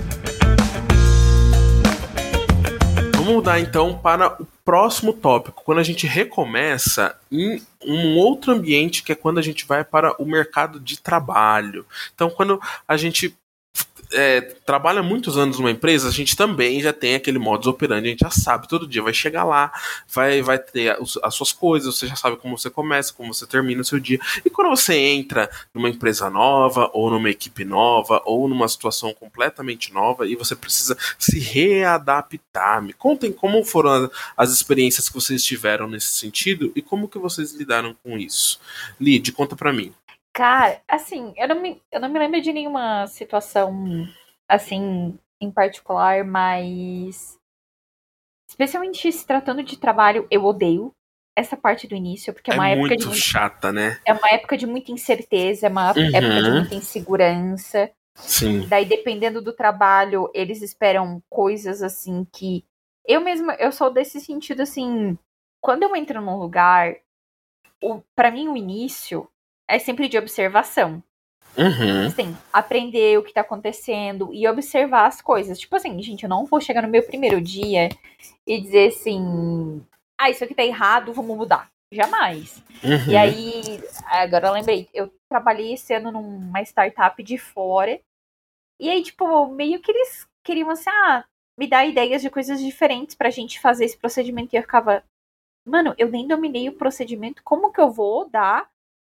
Speaker 1: Vamos mudar então para o próximo tópico, quando a gente recomeça em um outro ambiente, que é quando a gente vai para o mercado de trabalho. Então, quando a gente trabalha muitos anos numa empresa, a gente também já tem aquele modus operandi, a gente já sabe, todo dia vai chegar lá, vai ter as suas coisas, você já sabe como você começa, como você termina o seu dia. E quando você entra numa empresa nova, ou numa equipe nova, ou numa situação completamente nova, e você precisa se readaptar. Me contem como foram as experiências que vocês tiveram nesse sentido e como que vocês lidaram com isso. Lid, conta pra mim.
Speaker 3: Cara, assim, eu não me lembro de nenhuma situação, assim, em particular, mas especialmente se tratando de trabalho, eu odeio essa parte do início, porque é uma época de
Speaker 1: muito chata, né?
Speaker 3: é uma época de muita incerteza, é uma época de muita insegurança.
Speaker 1: Sim.
Speaker 3: Daí, dependendo do trabalho, eles esperam coisas assim que eu sou desse sentido assim, quando eu entro num lugar, pra mim o início é sempre de observação. Assim, aprender o que tá acontecendo e observar as coisas. Tipo assim, gente, eu não vou chegar no meu primeiro dia e dizer assim, isso aqui tá errado, vamos mudar. Jamais. E aí, agora eu lembrei, eu trabalhei esse ano numa startup de fora, e aí, tipo, meio que eles queriam assim, me dar ideias de coisas diferentes pra gente fazer esse procedimento, e eu ficava, mano, eu nem dominei o procedimento, como que eu vou dar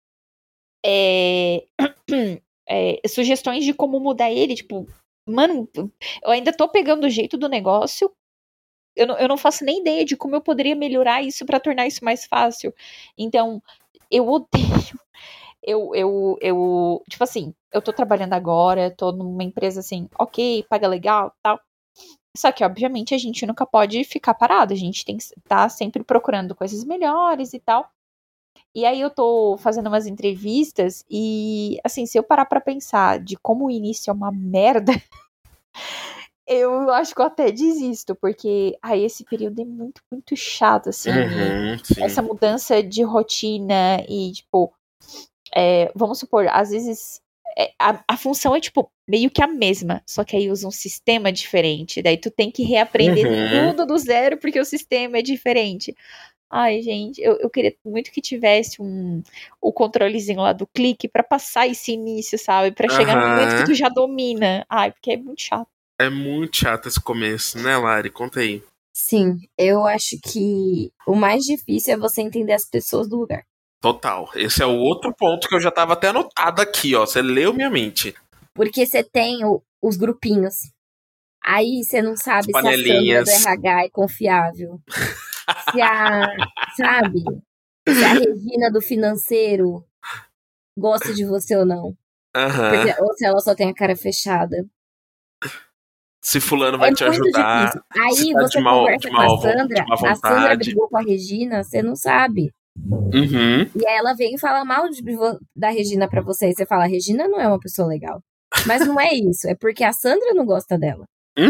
Speaker 3: sugestões de como mudar ele? Tipo, mano, eu ainda tô pegando o jeito do negócio, eu não faço nem ideia de como eu poderia melhorar isso pra tornar isso mais fácil. Então, eu odeio. Tipo assim, eu tô trabalhando agora, tô numa empresa assim, ok, paga legal, tal. Só que, obviamente, a gente nunca pode ficar parado, a gente tem que estar sempre procurando coisas melhores e tal. E aí eu tô fazendo umas entrevistas e, assim, se eu parar pra pensar de como o início é uma merda, eu acho que eu até desisto, porque esse período é muito, muito chato, assim. Essa mudança de rotina e, tipo, vamos supor, às vezes a função é, tipo, meio que a mesma, só que aí usa um sistema diferente, daí tu tem que reaprender tudo do zero porque o sistema é diferente. Ai, gente, eu queria muito que tivesse o controlezinho lá do clique pra passar esse início, sabe? Pra chegar no momento que tu já domina. Ai, porque é muito chato.
Speaker 1: É muito chato esse começo, né, Lari? Conta aí.
Speaker 2: Sim, eu acho que o mais difícil é você entender as pessoas do lugar.
Speaker 1: Total. Esse é o outro ponto que eu já tava até anotado aqui, ó. Você leu minha mente.
Speaker 2: Porque você tem os grupinhos. Aí você não sabe se a Sandra do RH é confiável. Sabe? Se a Regina do financeiro gosta de você ou não. Porque, ou se ela só tem a cara fechada.
Speaker 1: Se fulano vai te ajudar.
Speaker 2: Difícil. Aí tá você conversa com a Sandra, a Sandra brigou com a Regina, você não sabe. E aí ela vem e fala mal da Regina pra você. E você fala, a Regina não é uma pessoa legal. Mas não é isso, é porque a Sandra não gosta dela.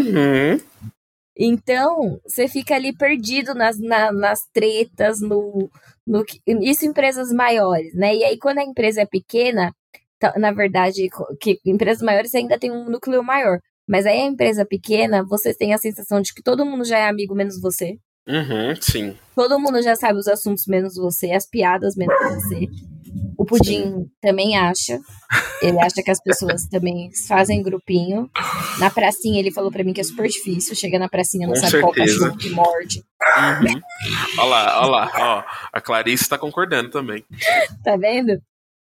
Speaker 2: Então, você fica ali perdido nas tretas, isso em empresas maiores, né? E aí, quando a empresa é pequena, na verdade, que empresas maiores ainda tem um núcleo maior. Mas aí a empresa pequena, você tem a sensação de que todo mundo já é amigo menos você.
Speaker 1: Sim.
Speaker 2: Todo mundo já sabe os assuntos menos você, as piadas menos você. O Pudim também acha. Ele acha que as pessoas também fazem grupinho. Na pracinha, ele falou pra mim que é super difícil. Chega na pracinha, não sabe qual cachorro que morde.
Speaker 1: Olha lá, ó. A Clarice tá concordando também.
Speaker 2: Tá vendo?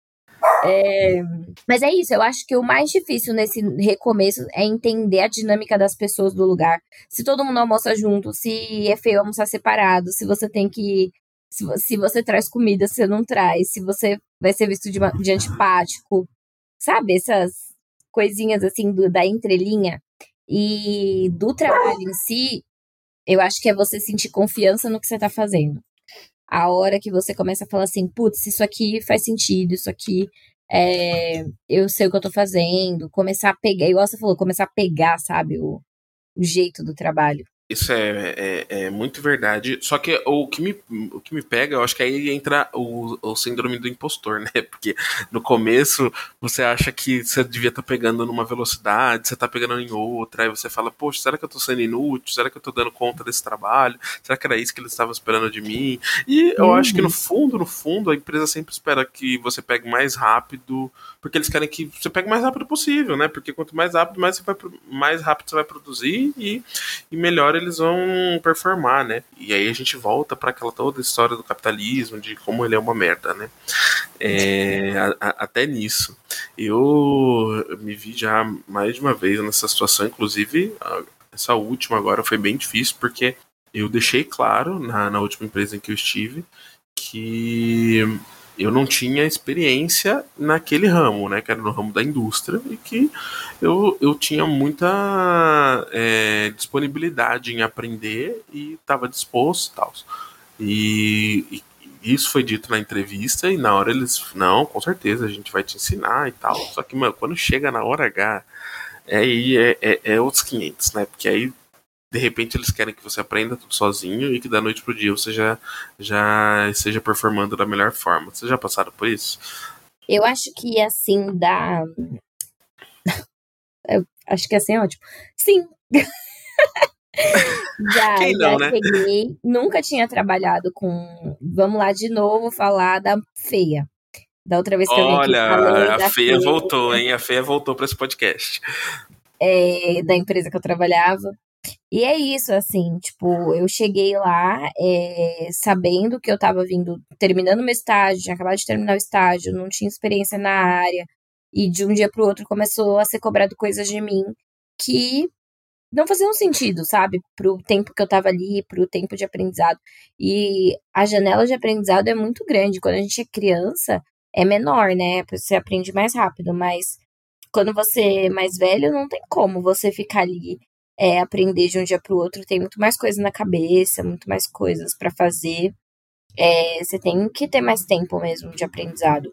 Speaker 2: Mas é isso, eu acho que o mais difícil nesse recomeço é entender a dinâmica das pessoas do lugar. Se todo mundo almoça junto, se é feio almoçar separado, se você tem que... Se você traz comida, se você não traz, se você vai ser visto de antipático, sabe? Essas coisinhas assim da entrelinha. E do trabalho em si, eu acho que é você sentir confiança no que você tá fazendo. A hora que você começa a falar assim, putz, isso aqui faz sentido, isso aqui eu sei o que eu tô fazendo, começar a pegar, igual você falou, começar a pegar, sabe, o jeito do trabalho.
Speaker 1: Isso é muito verdade. Só que o que me pega, eu acho que aí entra o síndrome do impostor, né? Porque no começo você acha que você devia estar pegando numa velocidade, você tá pegando em outra, aí você fala, poxa, será que eu tô sendo inútil? Será que eu tô dando conta desse trabalho? Será que era isso que eles estavam esperando de mim? E eu acho que no fundo, a empresa sempre espera que você pegue mais rápido, porque eles querem que você pegue o mais rápido possível, né? Porque quanto mais rápido, mais rápido você vai produzir e melhor eles vão performar, né? E aí a gente volta para aquela toda história do capitalismo, de como ele é uma merda, né? Até nisso. Eu me vi já mais de uma vez nessa situação, inclusive essa última agora foi bem difícil, porque eu deixei claro na última empresa em que eu estive que eu não tinha experiência naquele ramo, né, que era no ramo da indústria, e que eu tinha muita disponibilidade em aprender e estava disposto e tal. E isso foi dito na entrevista, e na hora eles, não, com certeza, a gente vai te ensinar e tal. Só que, mano, quando chega na hora H, aí é outros 500, né? Porque aí de repente eles querem que você aprenda tudo sozinho e que da noite pro dia você já esteja performando da melhor forma. Vocês já passaram por isso?
Speaker 2: Eu acho que assim dá. Eu acho que assim é ótimo. Sim.
Speaker 1: Quem não, né?
Speaker 2: Cheguei. Nunca tinha trabalhado com. Vamos lá de novo falar da feia. Da outra vez que eu vim aqui falei
Speaker 1: Olha, a
Speaker 2: da
Speaker 1: feia voltou, hein? A feia voltou para esse podcast.
Speaker 2: Da empresa que eu trabalhava. E é isso, assim, tipo, eu cheguei lá sabendo que eu tava terminando meu estágio, tinha acabado de terminar o estágio, não tinha experiência na área, e de um dia pro outro começou a ser cobrado coisas de mim que não faziam sentido, sabe? Pro tempo que eu tava ali, pro tempo de aprendizado. E a janela de aprendizado é muito grande. Quando a gente é criança, é menor, né? Você aprende mais rápido, mas quando você é mais velho, não tem como você ficar ali aprender de um dia pro outro. Tem muito mais coisa na cabeça, muito mais coisas pra fazer. Você tem que ter mais tempo mesmo de aprendizado.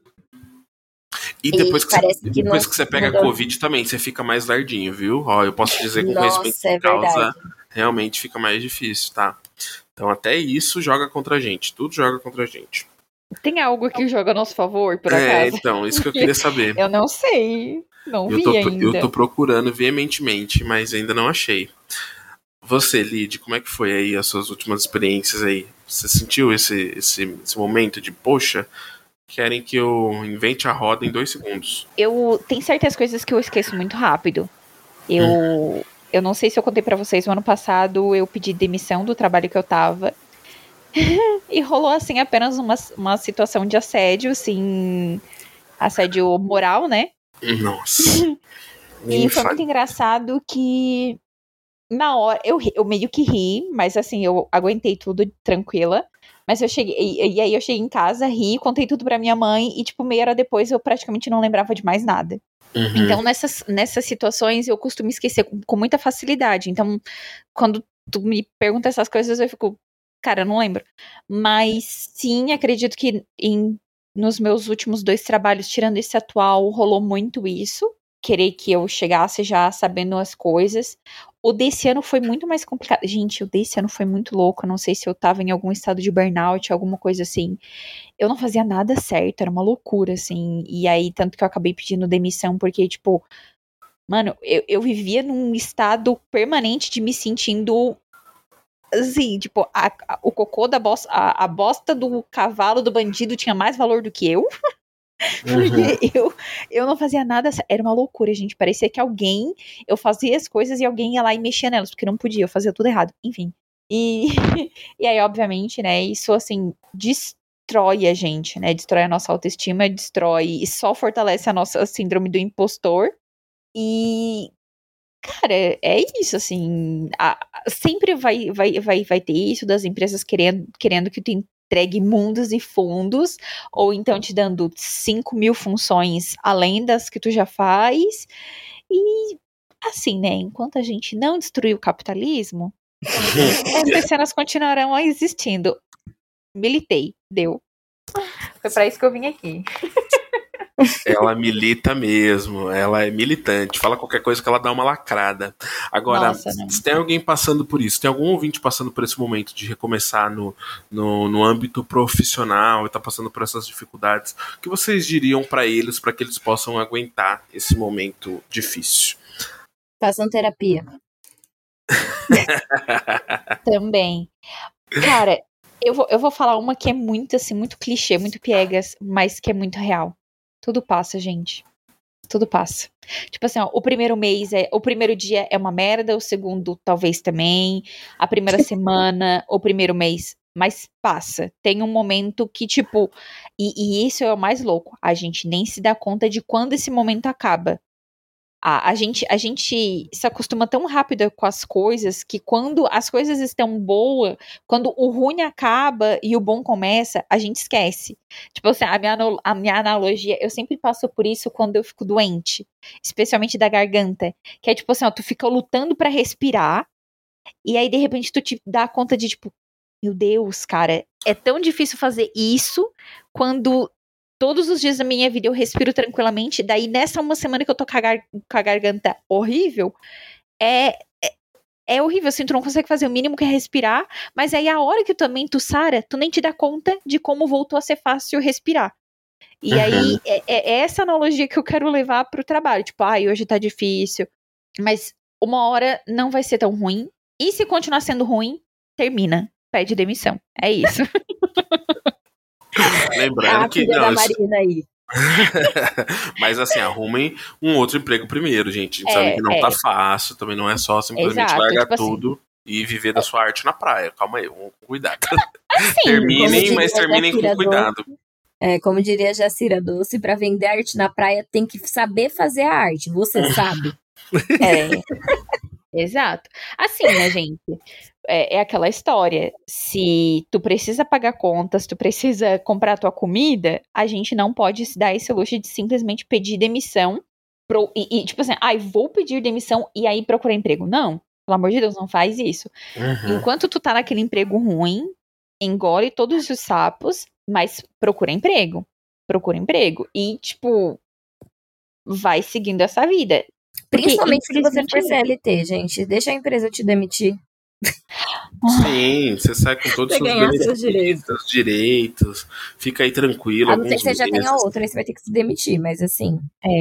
Speaker 1: E depois que
Speaker 2: Parece que não
Speaker 1: você pega
Speaker 2: mudou.
Speaker 1: Covid também, você fica mais lardinho, viu? Ó, eu posso dizer com conhecimento
Speaker 2: Nossa,
Speaker 1: de
Speaker 2: é verdade.
Speaker 1: causa, realmente fica mais difícil, tá? Então até isso joga contra a gente, tudo joga contra a gente.
Speaker 3: Tem algo que joga a nosso favor, por acaso?
Speaker 1: Então, isso que eu queria saber.
Speaker 3: Eu não sei. Não
Speaker 1: Eu
Speaker 3: vi
Speaker 1: eu tô
Speaker 3: ainda.
Speaker 1: procurando veementemente, mas ainda não achei. Você, Lid, como é que foi aí as suas últimas experiências aí? Você sentiu esse momento de, poxa, querem que eu invente a roda em 2 segundos?
Speaker 3: Tem certas coisas que eu esqueço muito rápido. Eu não sei se eu contei pra vocês, no ano passado eu pedi demissão do trabalho que eu tava. E rolou, assim, apenas uma situação de assédio, assim, assédio moral, né?
Speaker 1: Nossa.
Speaker 3: E foi muito engraçado que na hora eu meio que ri, mas assim, eu aguentei tudo tranquila. Mas eu cheguei, e aí eu cheguei em casa, ri, contei tudo pra minha mãe, e tipo, meia hora depois eu praticamente não lembrava de mais nada. Então, nessas situações, eu costumo esquecer com muita facilidade. Então, quando tu me pergunta essas coisas, eu fico, cara, eu não lembro. Mas sim, acredito que nos meus últimos 2 trabalhos, tirando esse atual, rolou muito isso. Querer que eu chegasse já sabendo as coisas. O desse ano foi muito mais complicado. Gente, o desse ano foi muito louco. Eu não sei se eu tava em algum estado de burnout, alguma coisa assim. Eu não fazia nada certo, era uma loucura, assim. E aí, tanto que eu acabei pedindo demissão, porque, tipo, mano, eu vivia num estado permanente de me sentindo assim, tipo, o cocô da bosta, a bosta do cavalo do bandido tinha mais valor do que eu. Porque eu não fazia nada, era uma loucura, gente. Parecia que eu fazia as coisas e alguém ia lá e mexia nelas, porque não podia, eu fazia tudo errado. Enfim. E, e aí, obviamente, né, isso assim, destrói a gente, né? Destrói a nossa autoestima, destrói e só fortalece a nossa síndrome do impostor. E, cara, é isso, assim. Sempre vai ter isso das empresas querendo que tu entregue mundos e fundos, ou então te dando 5.000 funções além das que tu já faz. E, assim, né, enquanto a gente não destruir o capitalismo, essas cenas continuarão existindo. Militei, deu. Foi pra isso que eu vim aqui.
Speaker 1: Ela milita mesmo, ela é militante. Fala qualquer coisa que ela dá uma lacrada. Agora,
Speaker 3: Nossa, não.
Speaker 1: se tem alguém passando por isso, tem algum ouvinte passando por esse momento de recomeçar no âmbito profissional e tá passando por essas dificuldades, o que vocês diriam para que eles possam aguentar esse momento difícil?
Speaker 2: Façam terapia.
Speaker 3: Também. Cara, eu vou falar uma que é muito, assim, muito clichê, muito piegas, mas que é muito real. Tudo passa, gente. Tudo passa. Tipo assim, ó, o primeiro dia é uma merda, o segundo talvez também, a primeira semana, o primeiro mês, mas passa. Tem um momento que, tipo, e isso é o mais louco, a gente nem se dá conta de quando esse momento acaba. A gente se acostuma tão rápido com as coisas que quando as coisas estão boas, quando o ruim acaba e o bom começa, a gente esquece. Tipo assim, a minha analogia, eu sempre passo por isso quando eu fico doente, especialmente da garganta, que é tipo assim, ó, tu fica lutando pra respirar e aí de repente tu te dá conta de tipo, meu Deus, cara, é tão difícil fazer isso quando todos os dias da minha vida eu respiro tranquilamente. Daí, nessa uma semana que eu tô com a garganta horrível, é, é horrível, assim, tu não consegue fazer o mínimo que é respirar, mas aí a hora que tu sara, tu nem te dá conta de como voltou a ser fácil respirar. E aí, é essa analogia que eu quero levar pro trabalho. Tipo, ai, hoje tá difícil, mas uma hora não vai ser tão ruim. E se continuar sendo ruim, termina. Pede demissão. É isso.
Speaker 1: Lembrando que.
Speaker 2: Filha
Speaker 1: Não,
Speaker 2: da Marina aí.
Speaker 1: mas assim, arrumem um outro emprego primeiro, gente. A gente sabe que não tá fácil, também não é só simplesmente
Speaker 3: Exato,
Speaker 1: largar
Speaker 3: tipo
Speaker 1: tudo
Speaker 3: assim,
Speaker 1: e viver da sua arte na praia. Calma aí, vamos com cuidado.
Speaker 3: assim,
Speaker 1: Terminem, mas terminem com
Speaker 2: Jacira
Speaker 1: cuidado.
Speaker 2: Como diria Jacira Doce, para vender arte na praia tem que saber fazer a arte. Você sabe?
Speaker 3: Exato. Assim, né, gente? É aquela história. Se tu precisa pagar contas, tu precisa comprar a tua comida, a gente não pode se dar esse luxo de simplesmente pedir demissão. Tipo assim, vou pedir demissão e aí procurar emprego. Não, pelo amor de Deus, não faz isso. Enquanto tu tá naquele emprego ruim, engole todos os sapos, mas procura emprego. Procura emprego. E, tipo, vai seguindo essa vida.
Speaker 2: Principalmente se você for CLT, gente. Deixa a empresa te demitir.
Speaker 1: Sim, você sai com todos os seus direitos, fica aí tranquilo.
Speaker 2: A não ser que você já tenha outra, aí você vai ter que se demitir, mas assim.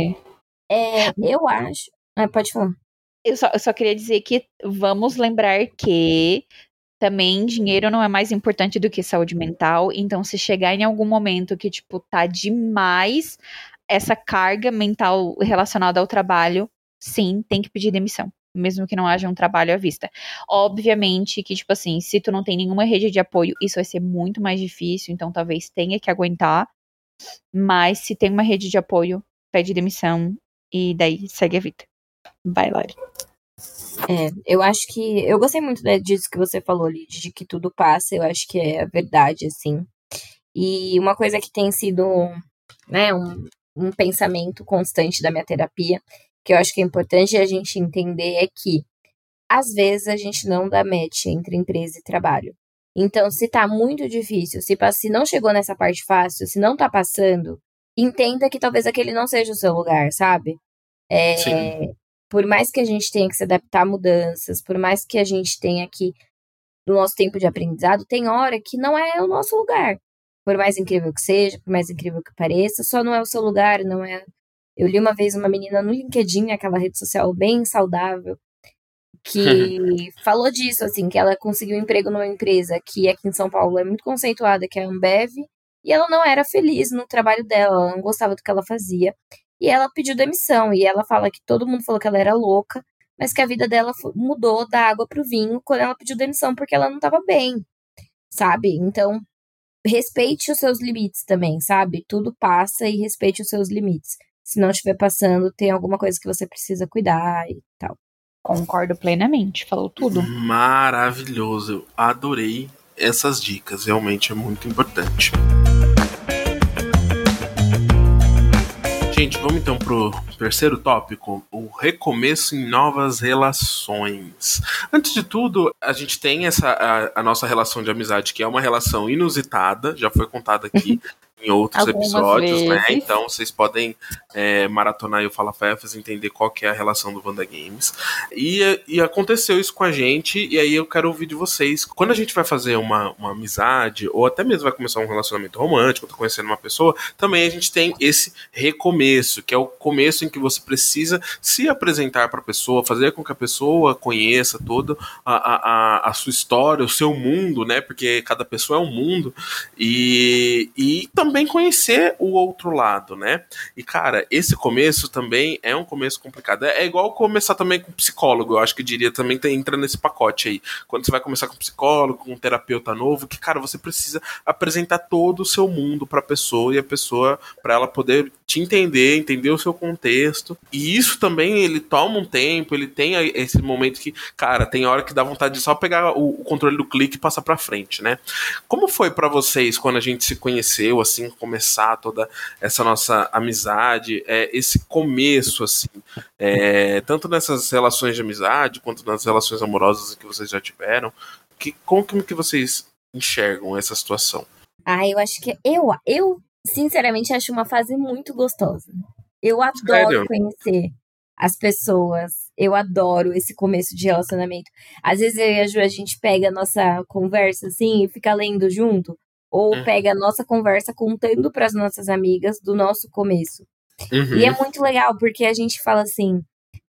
Speaker 2: Eu acho. Pode falar.
Speaker 3: Eu só queria dizer que vamos lembrar que também dinheiro não é mais importante do que saúde mental. Então, se chegar em algum momento que, tipo, tá demais essa carga mental relacionada ao trabalho, sim, tem que pedir demissão. Mesmo que não haja um trabalho à vista. Obviamente que, tipo assim, se tu não tem nenhuma rede de apoio, isso vai ser muito mais difícil, então talvez tenha que aguentar. Mas se tem uma rede de apoio, pede demissão e daí segue a vida. Vai, Lari.
Speaker 2: Eu acho que. Eu gostei muito disso que você falou, Lid, de que tudo passa. Eu acho que é a verdade, assim. E uma coisa que tem sido, né, um pensamento constante da minha terapia, que eu acho que é importante a gente entender é que, às vezes, a gente não dá match entre empresa e trabalho. Então, se tá muito difícil, se não chegou nessa parte fácil, se não tá passando, entenda que talvez aquele não seja o seu lugar, sabe?
Speaker 1: Sim.
Speaker 2: Por mais que a gente tenha que se adaptar a mudanças, por mais que a gente tenha que, no nosso tempo de aprendizado, tem hora que não é o nosso lugar. Por mais incrível que seja, por mais incrível que pareça, só não é o seu lugar, não é. Eu li uma vez uma menina no LinkedIn, aquela rede social bem saudável, que falou disso, assim, que ela conseguiu um emprego numa empresa que aqui em São Paulo é muito conceituada, que é a Ambev, e ela não era feliz no trabalho dela, ela não gostava do que ela fazia. E ela pediu demissão, e ela fala que todo mundo falou que ela era louca, mas que a vida dela mudou da água pro vinho quando ela pediu demissão, porque ela não estava bem, sabe? Então, respeite os seus limites também, sabe? Tudo passa e respeite os seus limites. Se não estiver passando, tem alguma coisa que você precisa cuidar e tal.
Speaker 3: Concordo plenamente, falou tudo.
Speaker 1: Maravilhoso, eu adorei essas dicas, realmente é muito importante. Gente, vamos então pro terceiro tópico, o recomeço em novas relações. Antes de tudo, a gente tem a nossa relação de amizade, que é uma relação inusitada, já foi contada aqui, em outros
Speaker 3: Algumas
Speaker 1: episódios, né?
Speaker 3: vezes.
Speaker 1: Então vocês podem maratonar aí o Fala Fefes e entender qual que é a relação do Wanda Games. E aconteceu isso com a gente, e aí eu quero ouvir de vocês. Quando a gente vai fazer uma amizade, ou até mesmo vai começar um relacionamento romântico, tô conhecendo uma pessoa, também a gente tem esse recomeço, que é o começo em que você precisa se apresentar para a pessoa, fazer com que a pessoa conheça toda a sua história, o seu mundo, né? Porque cada pessoa é um mundo, e também conhecer o outro lado, né? E, cara, esse começo também é um começo complicado. É igual começar também com psicólogo, eu acho que eu diria também entra nesse pacote aí. Quando você vai começar com psicólogo, com um terapeuta novo, que, cara, você precisa apresentar todo o seu mundo pra pessoa, e a pessoa, pra ela poder te entender o seu contexto. E isso também, ele toma um tempo, ele tem esse momento que, cara, tem hora que dá vontade de só pegar o controle do clique e passar pra frente, né? Como foi pra vocês quando a gente se conheceu, assim, começar toda essa nossa amizade, esse começo, assim, tanto nessas relações de amizade quanto nas relações amorosas que vocês já tiveram, como que vocês enxergam essa situação?
Speaker 2: Eu acho que eu sinceramente acho uma fase muito gostosa. Eu adoro
Speaker 1: Sério?
Speaker 2: conhecer as pessoas. Eu adoro esse começo de relacionamento. Às vezes eu e a Ju, a gente pega a nossa conversa assim e fica lendo junto, ou pega a nossa conversa contando para as nossas amigas do nosso começo. E é muito legal porque a gente fala assim: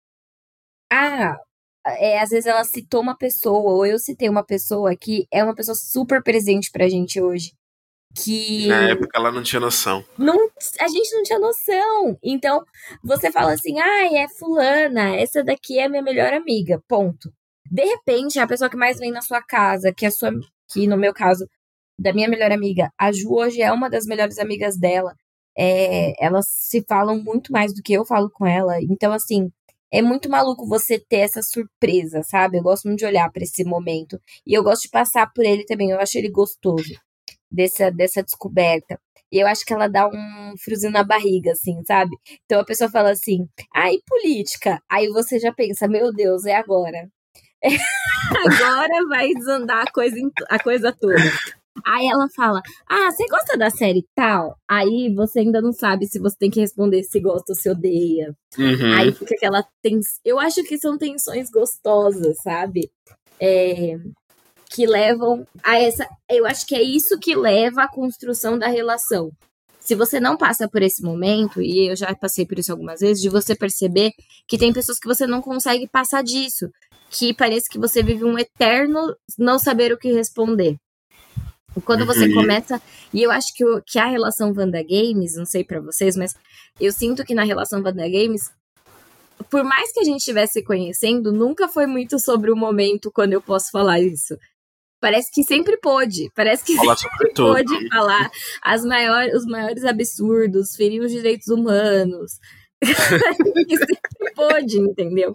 Speaker 2: às vezes ela citou uma pessoa, ou eu citei uma pessoa que é uma pessoa super presente pra gente hoje. Que
Speaker 1: Na época ela não tinha noção.
Speaker 2: a gente não tinha noção. Então, você fala assim, é fulana, essa daqui é a minha melhor amiga, ponto. De repente, a pessoa que mais vem na sua casa, que no meu caso, da minha melhor amiga, a Ju hoje é uma das melhores amigas dela. Elas se falam muito mais do que eu falo com ela. Então, assim, é muito maluco você ter essa surpresa, sabe? Eu gosto muito de olhar pra esse momento. E eu gosto de passar por ele também. Eu acho ele gostoso, dessa descoberta. E eu acho que ela dá um friozinho na barriga, assim, sabe? Então a pessoa fala assim, e política? Aí você já pensa, meu Deus, é agora. Agora vai desandar a coisa toda. Aí ela fala, você gosta da série tal? Aí você ainda não sabe se você tem que responder se gosta ou se odeia. Aí fica aquela tensão. Eu acho que são tensões gostosas, sabe? Que levam a essa... Eu acho que é isso que leva à construção da relação. Se você não passa por esse momento, e eu já passei por isso algumas vezes, de você perceber que tem pessoas que você não consegue passar disso. Que parece que você vive um eterno não saber o que responder. Quando você começa... E eu acho que a relação Wanda Games, não sei pra vocês, mas eu sinto que na relação Wanda Games, por mais que a gente estivesse se conhecendo, nunca foi muito sobre o momento quando eu posso falar isso. Parece que sempre pôde. Parece que
Speaker 1: falar
Speaker 2: sempre pôde falar os maiores absurdos, ferir os direitos humanos. Que sempre pôde, entendeu?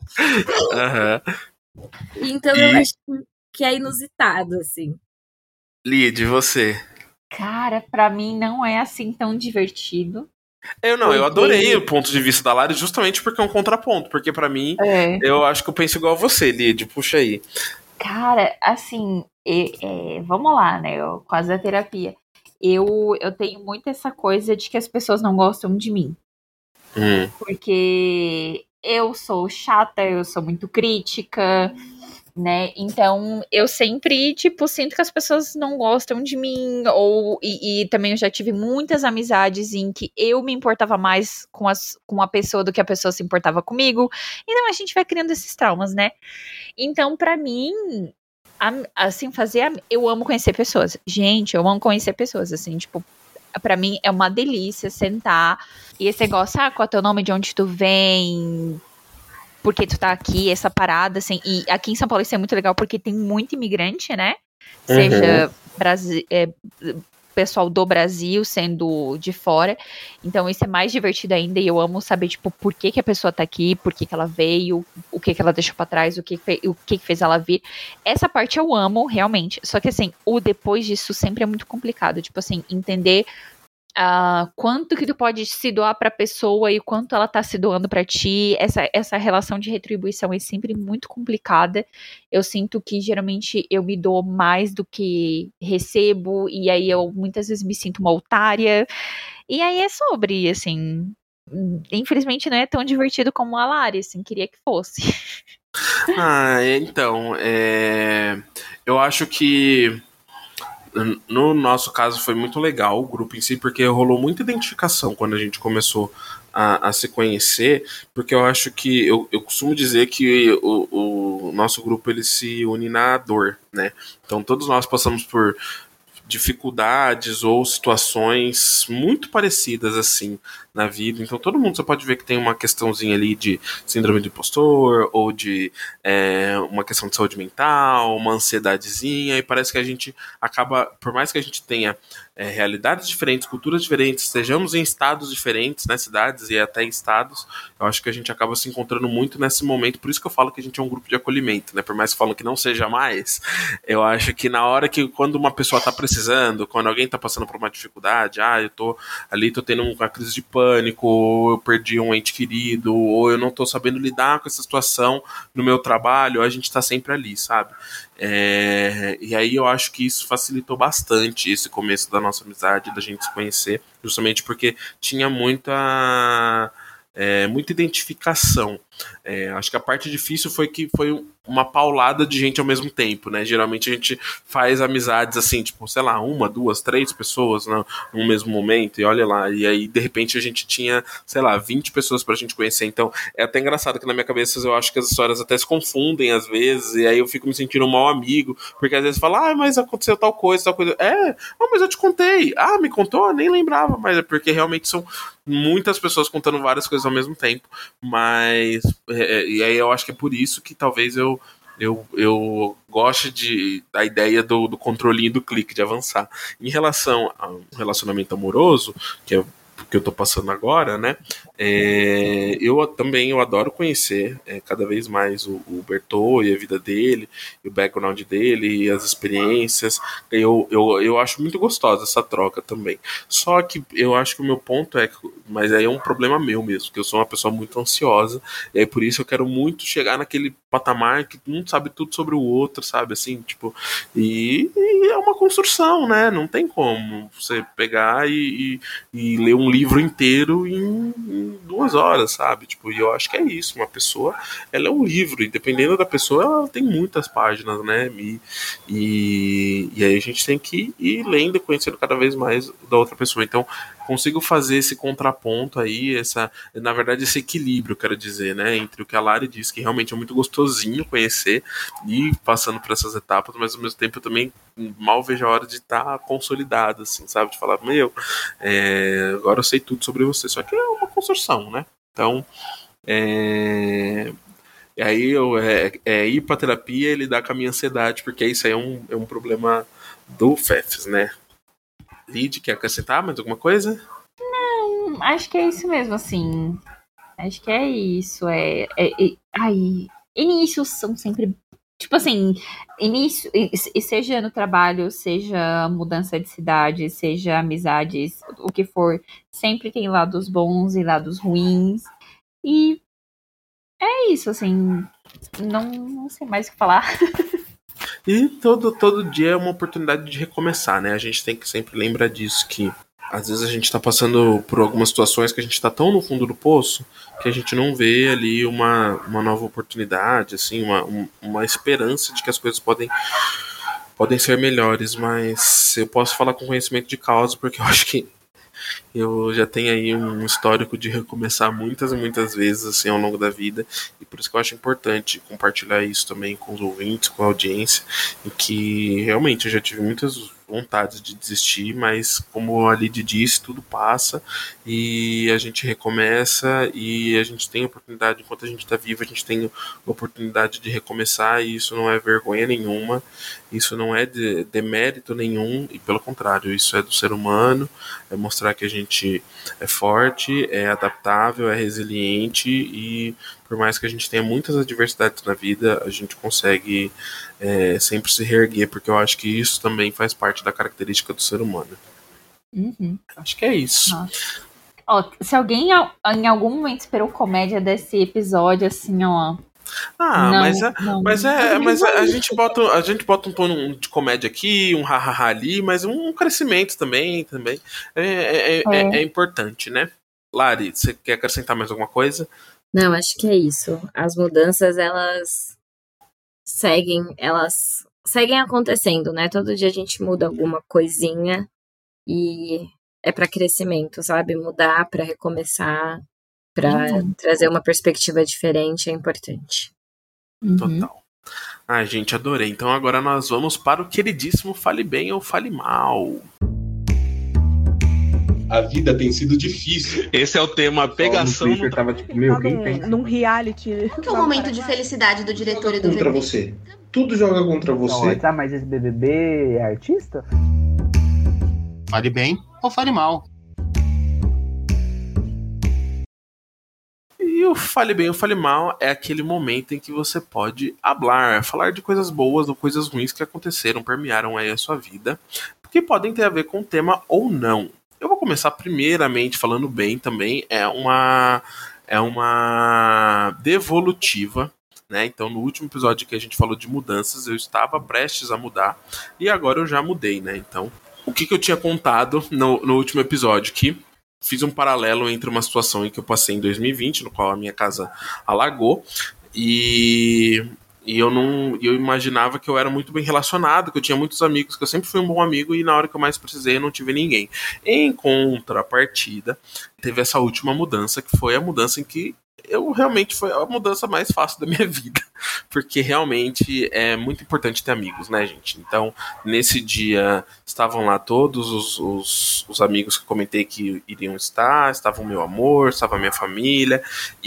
Speaker 2: Então eu acho que é inusitado, assim.
Speaker 1: Lid, você?
Speaker 3: Cara, pra mim não é assim tão divertido.
Speaker 1: Eu adorei o ponto de vista da Lari justamente porque é um contraponto. Porque pra mim, eu acho que eu penso igual a você, Lid. Puxa aí.
Speaker 3: Cara, assim, vamos lá, né? Quase a terapia. Eu tenho muito essa coisa de que as pessoas não gostam de mim. Porque eu sou chata, eu sou muito crítica, né? Então, eu sempre, sinto que as pessoas não gostam de mim, e também eu já tive muitas amizades em que eu me importava mais com a pessoa do que a pessoa se importava comigo. Então, a gente vai criando esses traumas, né? Então, pra mim, assim, eu amo conhecer pessoas. Gente, eu amo conhecer pessoas, assim, pra mim é uma delícia sentar e esse negócio, qual é o teu nome, de onde tu vem, por que tu tá aqui, essa parada, assim. E aqui em São Paulo isso é muito legal porque tem muito imigrante, né? Seja pessoal do Brasil sendo de fora. Então isso é mais divertido ainda e eu amo saber, por que a pessoa tá aqui, por que ela veio, o que ela deixou pra trás, o que fez ela vir. Essa parte eu amo, realmente. Só que, assim, o depois disso sempre é muito complicado. Entender quanto que tu pode se doar pra pessoa e quanto ela tá se doando pra ti. Essa relação de retribuição é sempre muito complicada. Eu sinto que geralmente eu me dou mais do que recebo, e aí eu muitas vezes me sinto uma otária. E aí é sobre, assim. Infelizmente não é tão divertido como a Lari, assim, queria que fosse.
Speaker 1: Então, eu acho que no nosso caso foi muito legal o grupo em si, porque rolou muita identificação quando a gente começou a se conhecer, porque eu acho que eu costumo dizer que o nosso grupo ele se une na dor, né? Então todos nós passamos por dificuldades ou situações muito parecidas assim na vida. Então todo mundo você pode ver que tem uma questãozinha ali de síndrome do impostor ou de uma questão de saúde mental, uma ansiedadezinha, e parece que a gente acaba, por mais que a gente tenha realidades diferentes, culturas diferentes, estejamos em estados diferentes, né, cidades e até em estados, eu acho que a gente acaba se encontrando muito nesse momento, por isso que eu falo que a gente é um grupo de acolhimento, né, por mais que falam que não seja mais, eu acho que na hora que, quando uma pessoa está precisando, quando alguém está passando por uma dificuldade, eu tô ali, tô tendo uma crise de pânico, ou eu perdi um ente querido, ou eu não tô sabendo lidar com essa situação no meu trabalho, a gente tá sempre ali, sabe? E aí eu acho que isso facilitou bastante esse começo da nossa amizade, da gente se conhecer, justamente porque tinha muita identificação. Acho que a parte difícil foi que foi uma paulada de gente ao mesmo tempo, né? Geralmente a gente faz amizades assim, tipo, sei lá, uma, duas, três pessoas no mesmo momento, e olha lá, e aí de repente a gente tinha, sei lá, 20 pessoas pra gente conhecer. Então é até engraçado que na minha cabeça eu acho que as histórias até se confundem às vezes, e aí eu fico me sentindo um mau amigo, porque às vezes fala, mas aconteceu tal coisa, tal coisa. Mas eu te contei. Me contou? Eu nem lembrava, mas é porque realmente são muitas pessoas contando várias coisas ao mesmo tempo, mas e aí eu acho que é por isso que talvez eu gosto da ideia do controlinho do clique, de avançar. Em relação ao relacionamento amoroso, que é o que eu tô passando agora, né? Eu adoro conhecer cada vez mais o Bertô e a vida dele, e o background dele, e as experiências. Eu acho muito gostosa essa troca também. Só que eu acho que o meu ponto mas aí é um problema meu mesmo, que eu sou uma pessoa muito ansiosa, e aí por isso eu quero muito chegar naquele patamar que um sabe tudo sobre o outro, sabe? Assim, tipo, e é uma construção, né? Não tem como você pegar e ler um livro inteiro em 2 horas, sabe? Tipo, e eu acho que é isso. Uma pessoa, ela é um livro, e dependendo da pessoa, ela tem muitas páginas, né? E aí a gente tem que ir lendo e conhecendo cada vez mais da outra pessoa. Então, consigo fazer esse contraponto aí, na verdade, esse equilíbrio, quero dizer, né? Entre o que a Lari disse, que realmente é muito gostosinho conhecer e passando por essas etapas, mas ao mesmo tempo eu também mal vejo a hora de estar consolidado, assim, sabe? De falar, agora eu sei tudo sobre você, só que é uma construção, né? Então, e aí ir pra terapia e lidar com a minha ansiedade, porque isso aí é um problema do FEFs, né? Lid, quer acrescentar mais alguma coisa?
Speaker 3: Acho que é isso mesmo, assim. Acho que é isso. Ai, inícios são sempre. Tipo assim, início, e seja no trabalho, seja mudança de cidade, seja amizades, o que for, sempre tem lados bons e lados ruins. E é isso, assim. Não sei mais o que falar.
Speaker 1: E todo dia é uma oportunidade de recomeçar, né? A gente tem que sempre lembrar disso, que às vezes a gente tá passando por algumas situações que a gente tá tão no fundo do poço que a gente não vê ali uma nova oportunidade, assim, uma esperança de que as coisas podem ser melhores, mas eu posso falar com conhecimento de causa, porque eu acho que eu já tenho aí um histórico de recomeçar muitas e muitas vezes assim ao longo da vida, e por isso que eu acho importante compartilhar isso também com os ouvintes, com a audiência, em que realmente eu já tive muitas vontades de desistir, mas como a Lid disse, tudo passa e a gente recomeça, e a gente tem a oportunidade, enquanto a gente está vivo, a gente tem a oportunidade de recomeçar, e isso não é vergonha nenhuma, isso não é de demérito nenhum, e pelo contrário, isso é do ser humano, é mostrar que a gente é forte, é adaptável, é resiliente, e por mais que a gente tenha muitas adversidades na vida, a gente consegue sempre se reerguer, porque eu acho que isso também faz parte da característica do ser humano.
Speaker 3: Uhum.
Speaker 1: Acho que é isso.
Speaker 3: Nossa. Ó, se alguém em algum momento esperou comédia desse episódio, assim, ó.
Speaker 1: Ah,
Speaker 3: Não,
Speaker 1: mas a gente bota um tom de comédia aqui, um hahaha ali, mas um crescimento também é importante, né? Lari, você quer acrescentar mais alguma coisa?
Speaker 2: Não, acho que é isso. As mudanças, elas seguem acontecendo, né? Todo dia a gente muda alguma coisinha e é para crescimento, sabe? Mudar para recomeçar, para trazer uma perspectiva diferente é importante.
Speaker 1: Total. Ai, gente, adorei. Então agora nós vamos para o queridíssimo Fale Bem ou Fale Mal.
Speaker 4: A vida tem sido difícil.
Speaker 1: Esse é o tema pegação
Speaker 5: no Twitter, tava tipo, meu, quem pensa?
Speaker 6: Num reality.
Speaker 7: Qual que é o momento de felicidade do diretor e do
Speaker 4: Contra
Speaker 7: VP?
Speaker 4: você. Tudo joga contra você.
Speaker 5: Tá, mas esse BBB é artista?
Speaker 8: Fale bem ou fale mal.
Speaker 1: E o Fale Bem ou Fale Mal é aquele momento em que você pode falar de coisas boas ou coisas ruins que aconteceram, permearam aí a sua vida, que podem ter a ver com o tema ou não. Eu vou começar primeiramente falando bem também, é uma devolutiva, né? Então no último episódio que a gente falou de mudanças, eu estava prestes a mudar e agora eu já mudei, né? Então, o que eu tinha contado no último episódio, que fiz um paralelo entre uma situação em que eu passei em 2020, no qual a minha casa alagou, e eu imaginava que eu era muito bem relacionado, que eu tinha muitos amigos, que eu sempre fui um bom amigo, e na hora que eu mais precisei eu não tive ninguém. Em contrapartida, teve essa última mudança, que foi a mudança em que foi a mudança mais fácil da minha vida, porque realmente é muito importante ter amigos, né, gente? Então, nesse dia, estavam lá todos os amigos que eu comentei que iriam estar, estava o meu amor, estava a minha família,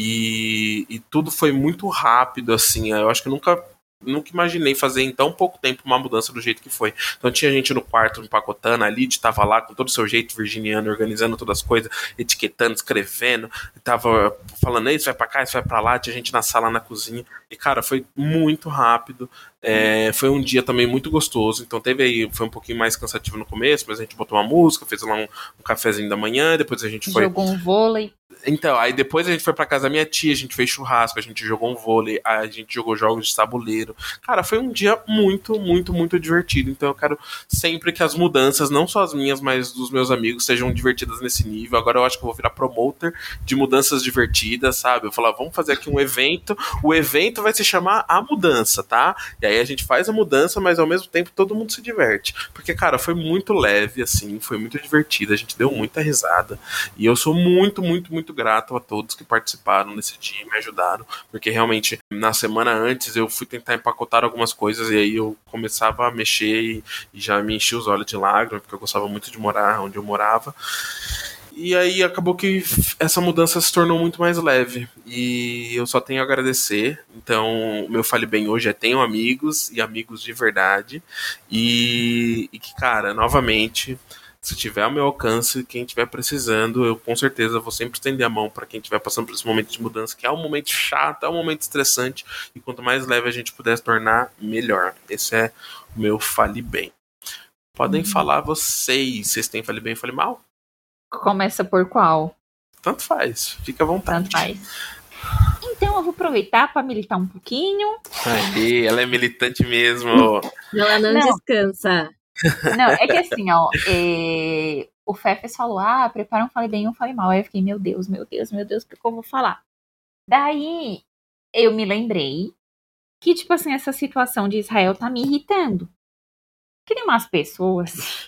Speaker 1: e tudo foi muito rápido, assim, eu acho que eu nunca imaginei fazer em tão pouco tempo uma mudança do jeito que foi. Então tinha gente no quarto empacotando, a Lid tava lá com todo o seu jeito virginiano, organizando todas as coisas, etiquetando, escrevendo, tava falando, isso vai pra cá, isso vai pra lá, tinha gente na sala, na cozinha, e cara, foi muito rápido. Foi um dia também muito gostoso, então foi um pouquinho mais cansativo no começo, mas a gente botou uma música, fez lá um cafezinho da manhã, depois a gente
Speaker 3: jogou um vôlei.
Speaker 1: Então, aí depois a gente foi pra casa da minha tia, a gente fez churrasco, a gente jogou um vôlei, a gente jogou jogos de tabuleiro. Cara, foi um dia muito, muito, muito divertido. Então eu quero sempre que as mudanças, não só as minhas, mas dos meus amigos, sejam divertidas nesse nível. Agora eu acho que eu vou virar promoter de mudanças divertidas, sabe? Eu falar, vamos fazer aqui um evento, o evento vai se chamar A Mudança, tá? E aí a gente faz a mudança, mas ao mesmo tempo todo mundo se diverte. Porque, cara, foi muito leve, assim, foi muito divertido, a gente deu muita risada. E eu sou muito, muito, muito grato a todos que participaram nesse dia e me ajudaram, porque realmente na semana antes eu fui tentar empacotar algumas coisas e aí eu começava a mexer e já me enchi os olhos de lágrimas, porque eu gostava muito de morar onde eu morava. E aí acabou que essa mudança se tornou muito mais leve. E eu só tenho a agradecer. Então, o meu Fale Bem hoje é tenho amigos e amigos de verdade. E que, cara, novamente, se tiver ao meu alcance, quem estiver precisando, eu com certeza vou sempre estender a mão para quem estiver passando por esse momento de mudança, que é um momento chato, é um momento estressante, e quanto mais leve a gente puder se tornar, melhor. Esse é o meu Fale Bem. Podem falar vocês têm Fale Bem e Fale Mal?
Speaker 3: Começa por qual?
Speaker 1: Tanto faz, fica à vontade.
Speaker 3: Tanto faz. Então eu vou aproveitar para militar um pouquinho.
Speaker 1: Aí, ela é militante mesmo.
Speaker 2: Ela não descansa.
Speaker 3: Não, é que assim, ó, o Fefes falou, prepara um Fale Bem e um Fale Mal. Aí eu fiquei, meu Deus, o que eu vou falar? Daí, eu me lembrei que, tipo assim, essa situação de Israel tá me irritando. Que tem umas pessoas,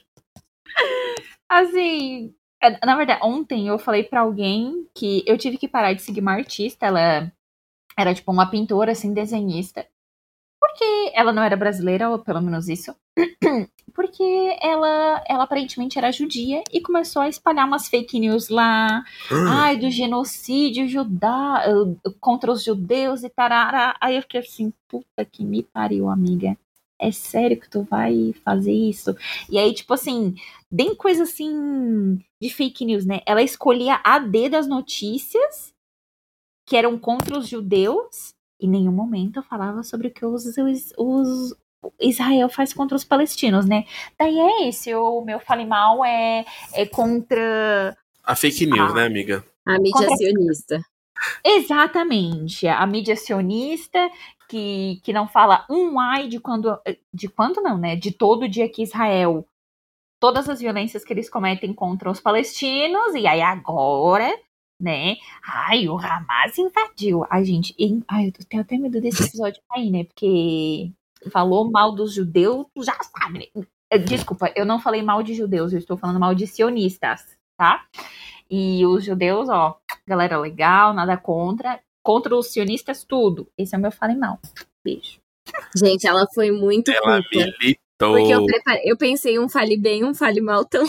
Speaker 3: assim, na verdade, ontem eu falei pra alguém que eu tive que parar de seguir uma artista, ela era, tipo, uma pintora, assim, desenhista. Porque ela não era brasileira, ou pelo menos isso. Porque ela aparentemente era judia e começou a espalhar umas fake news lá. Do genocídio contra os judeus e tarará. Aí eu fiquei assim, puta que me pariu, amiga. É sério que tu vai fazer isso? E aí, tipo assim, bem coisa assim de fake news, né? Ela escolhia a dedo as notícias que eram contra os judeus. Em nenhum momento eu falava sobre o que os Israel faz contra os palestinos, né? Daí é esse, o meu fale mal é contra...
Speaker 1: A fake news, né, amiga?
Speaker 2: A mídia sionista.
Speaker 3: Exatamente, a mídia sionista que não fala ai de quando não, né? De todo dia que Israel, todas as violências que eles cometem contra os palestinos, e aí agora, né? Ai, o Hamas invadiu. Ai, gente, eu tenho até medo desse episódio aí, né? Porque falou mal dos judeus, tu já sabe, né? Desculpa, eu não falei mal de judeus, eu estou falando mal de sionistas, tá? E os judeus, ó, galera legal, nada contra. Contra os sionistas, tudo. Esse é o meu fale mal. Beijo.
Speaker 2: Gente, ela foi muito
Speaker 1: Ela
Speaker 2: culta.
Speaker 1: militou.
Speaker 2: Porque eu pensei um fale bem, um fale mal tão...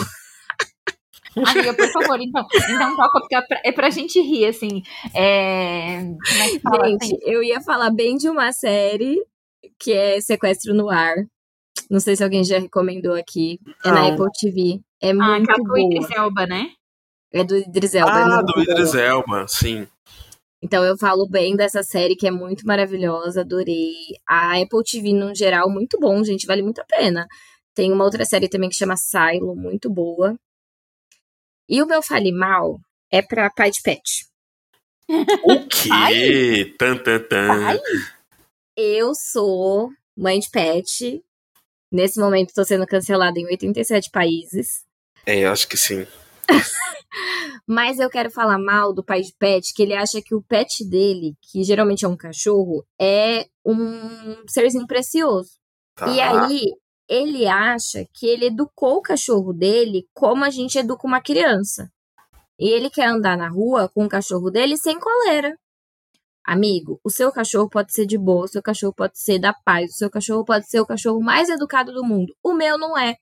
Speaker 3: Amiga, por favor, então toca, porque é pra gente rir, assim. Como é que fala?
Speaker 2: Gente,
Speaker 3: assim?
Speaker 2: eu ia falar bem de uma série que é Sequestro no Ar. Não sei se alguém já recomendou aqui. É na
Speaker 1: Não.
Speaker 2: Apple TV. É
Speaker 3: Que
Speaker 2: muito
Speaker 3: é a do Idris
Speaker 2: boa.
Speaker 3: Elba, né?
Speaker 2: É do Idris Elba. é muito
Speaker 1: Do
Speaker 2: boa.
Speaker 1: Idris Elba, sim.
Speaker 2: Então eu falo bem dessa série que é muito maravilhosa, adorei. A Apple TV, no geral, muito bom, gente, vale muito a pena. Tem uma outra série também que chama Silo, muito boa. E o meu fale mal é pra pai de pet.
Speaker 1: O quê? Tan.
Speaker 2: Eu sou mãe de pet. Nesse momento tô sendo cancelada em 87 países.
Speaker 1: Eu acho que sim.
Speaker 2: Mas eu quero falar mal do pai de pet, que ele acha que o pet dele, que geralmente é um cachorro, é um serzinho precioso.
Speaker 1: Tá.
Speaker 2: E aí, ele acha que ele educou o cachorro dele como a gente educa uma criança. E ele quer andar na rua com o cachorro dele sem coleira. Amigo, o seu cachorro pode ser de boa, o seu cachorro pode ser da paz, o seu cachorro pode ser o cachorro mais educado do mundo. O meu não é.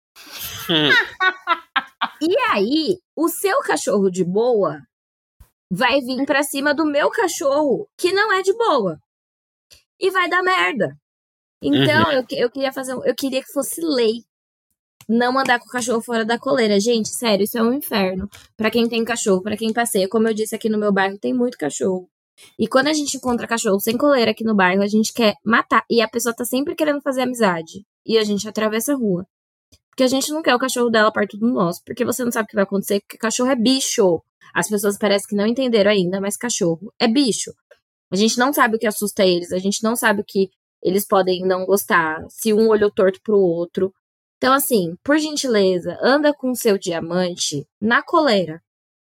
Speaker 2: E aí, o seu cachorro de boa vai vir pra cima do meu cachorro, que não é de boa. E vai dar merda. Então, eu queria eu queria que fosse lei não andar com o cachorro fora da coleira. Gente, sério, isso é um inferno. Pra quem tem cachorro, pra quem passeia. Como eu disse, aqui no meu bairro tem muito cachorro. E quando a gente encontra cachorro sem coleira aqui no bairro, a gente quer matar. E a pessoa tá sempre querendo fazer amizade. E a gente atravessa a rua. Porque a gente não quer o cachorro dela perto do nosso. Porque você não sabe o que vai acontecer, porque cachorro é bicho. As pessoas parecem que não entenderam ainda, mas cachorro é bicho. A gente não sabe o que assusta eles, a gente não sabe o que eles podem não gostar, se um olhou torto pro outro. Então, assim, por gentileza, anda com o seu diamante na coleira.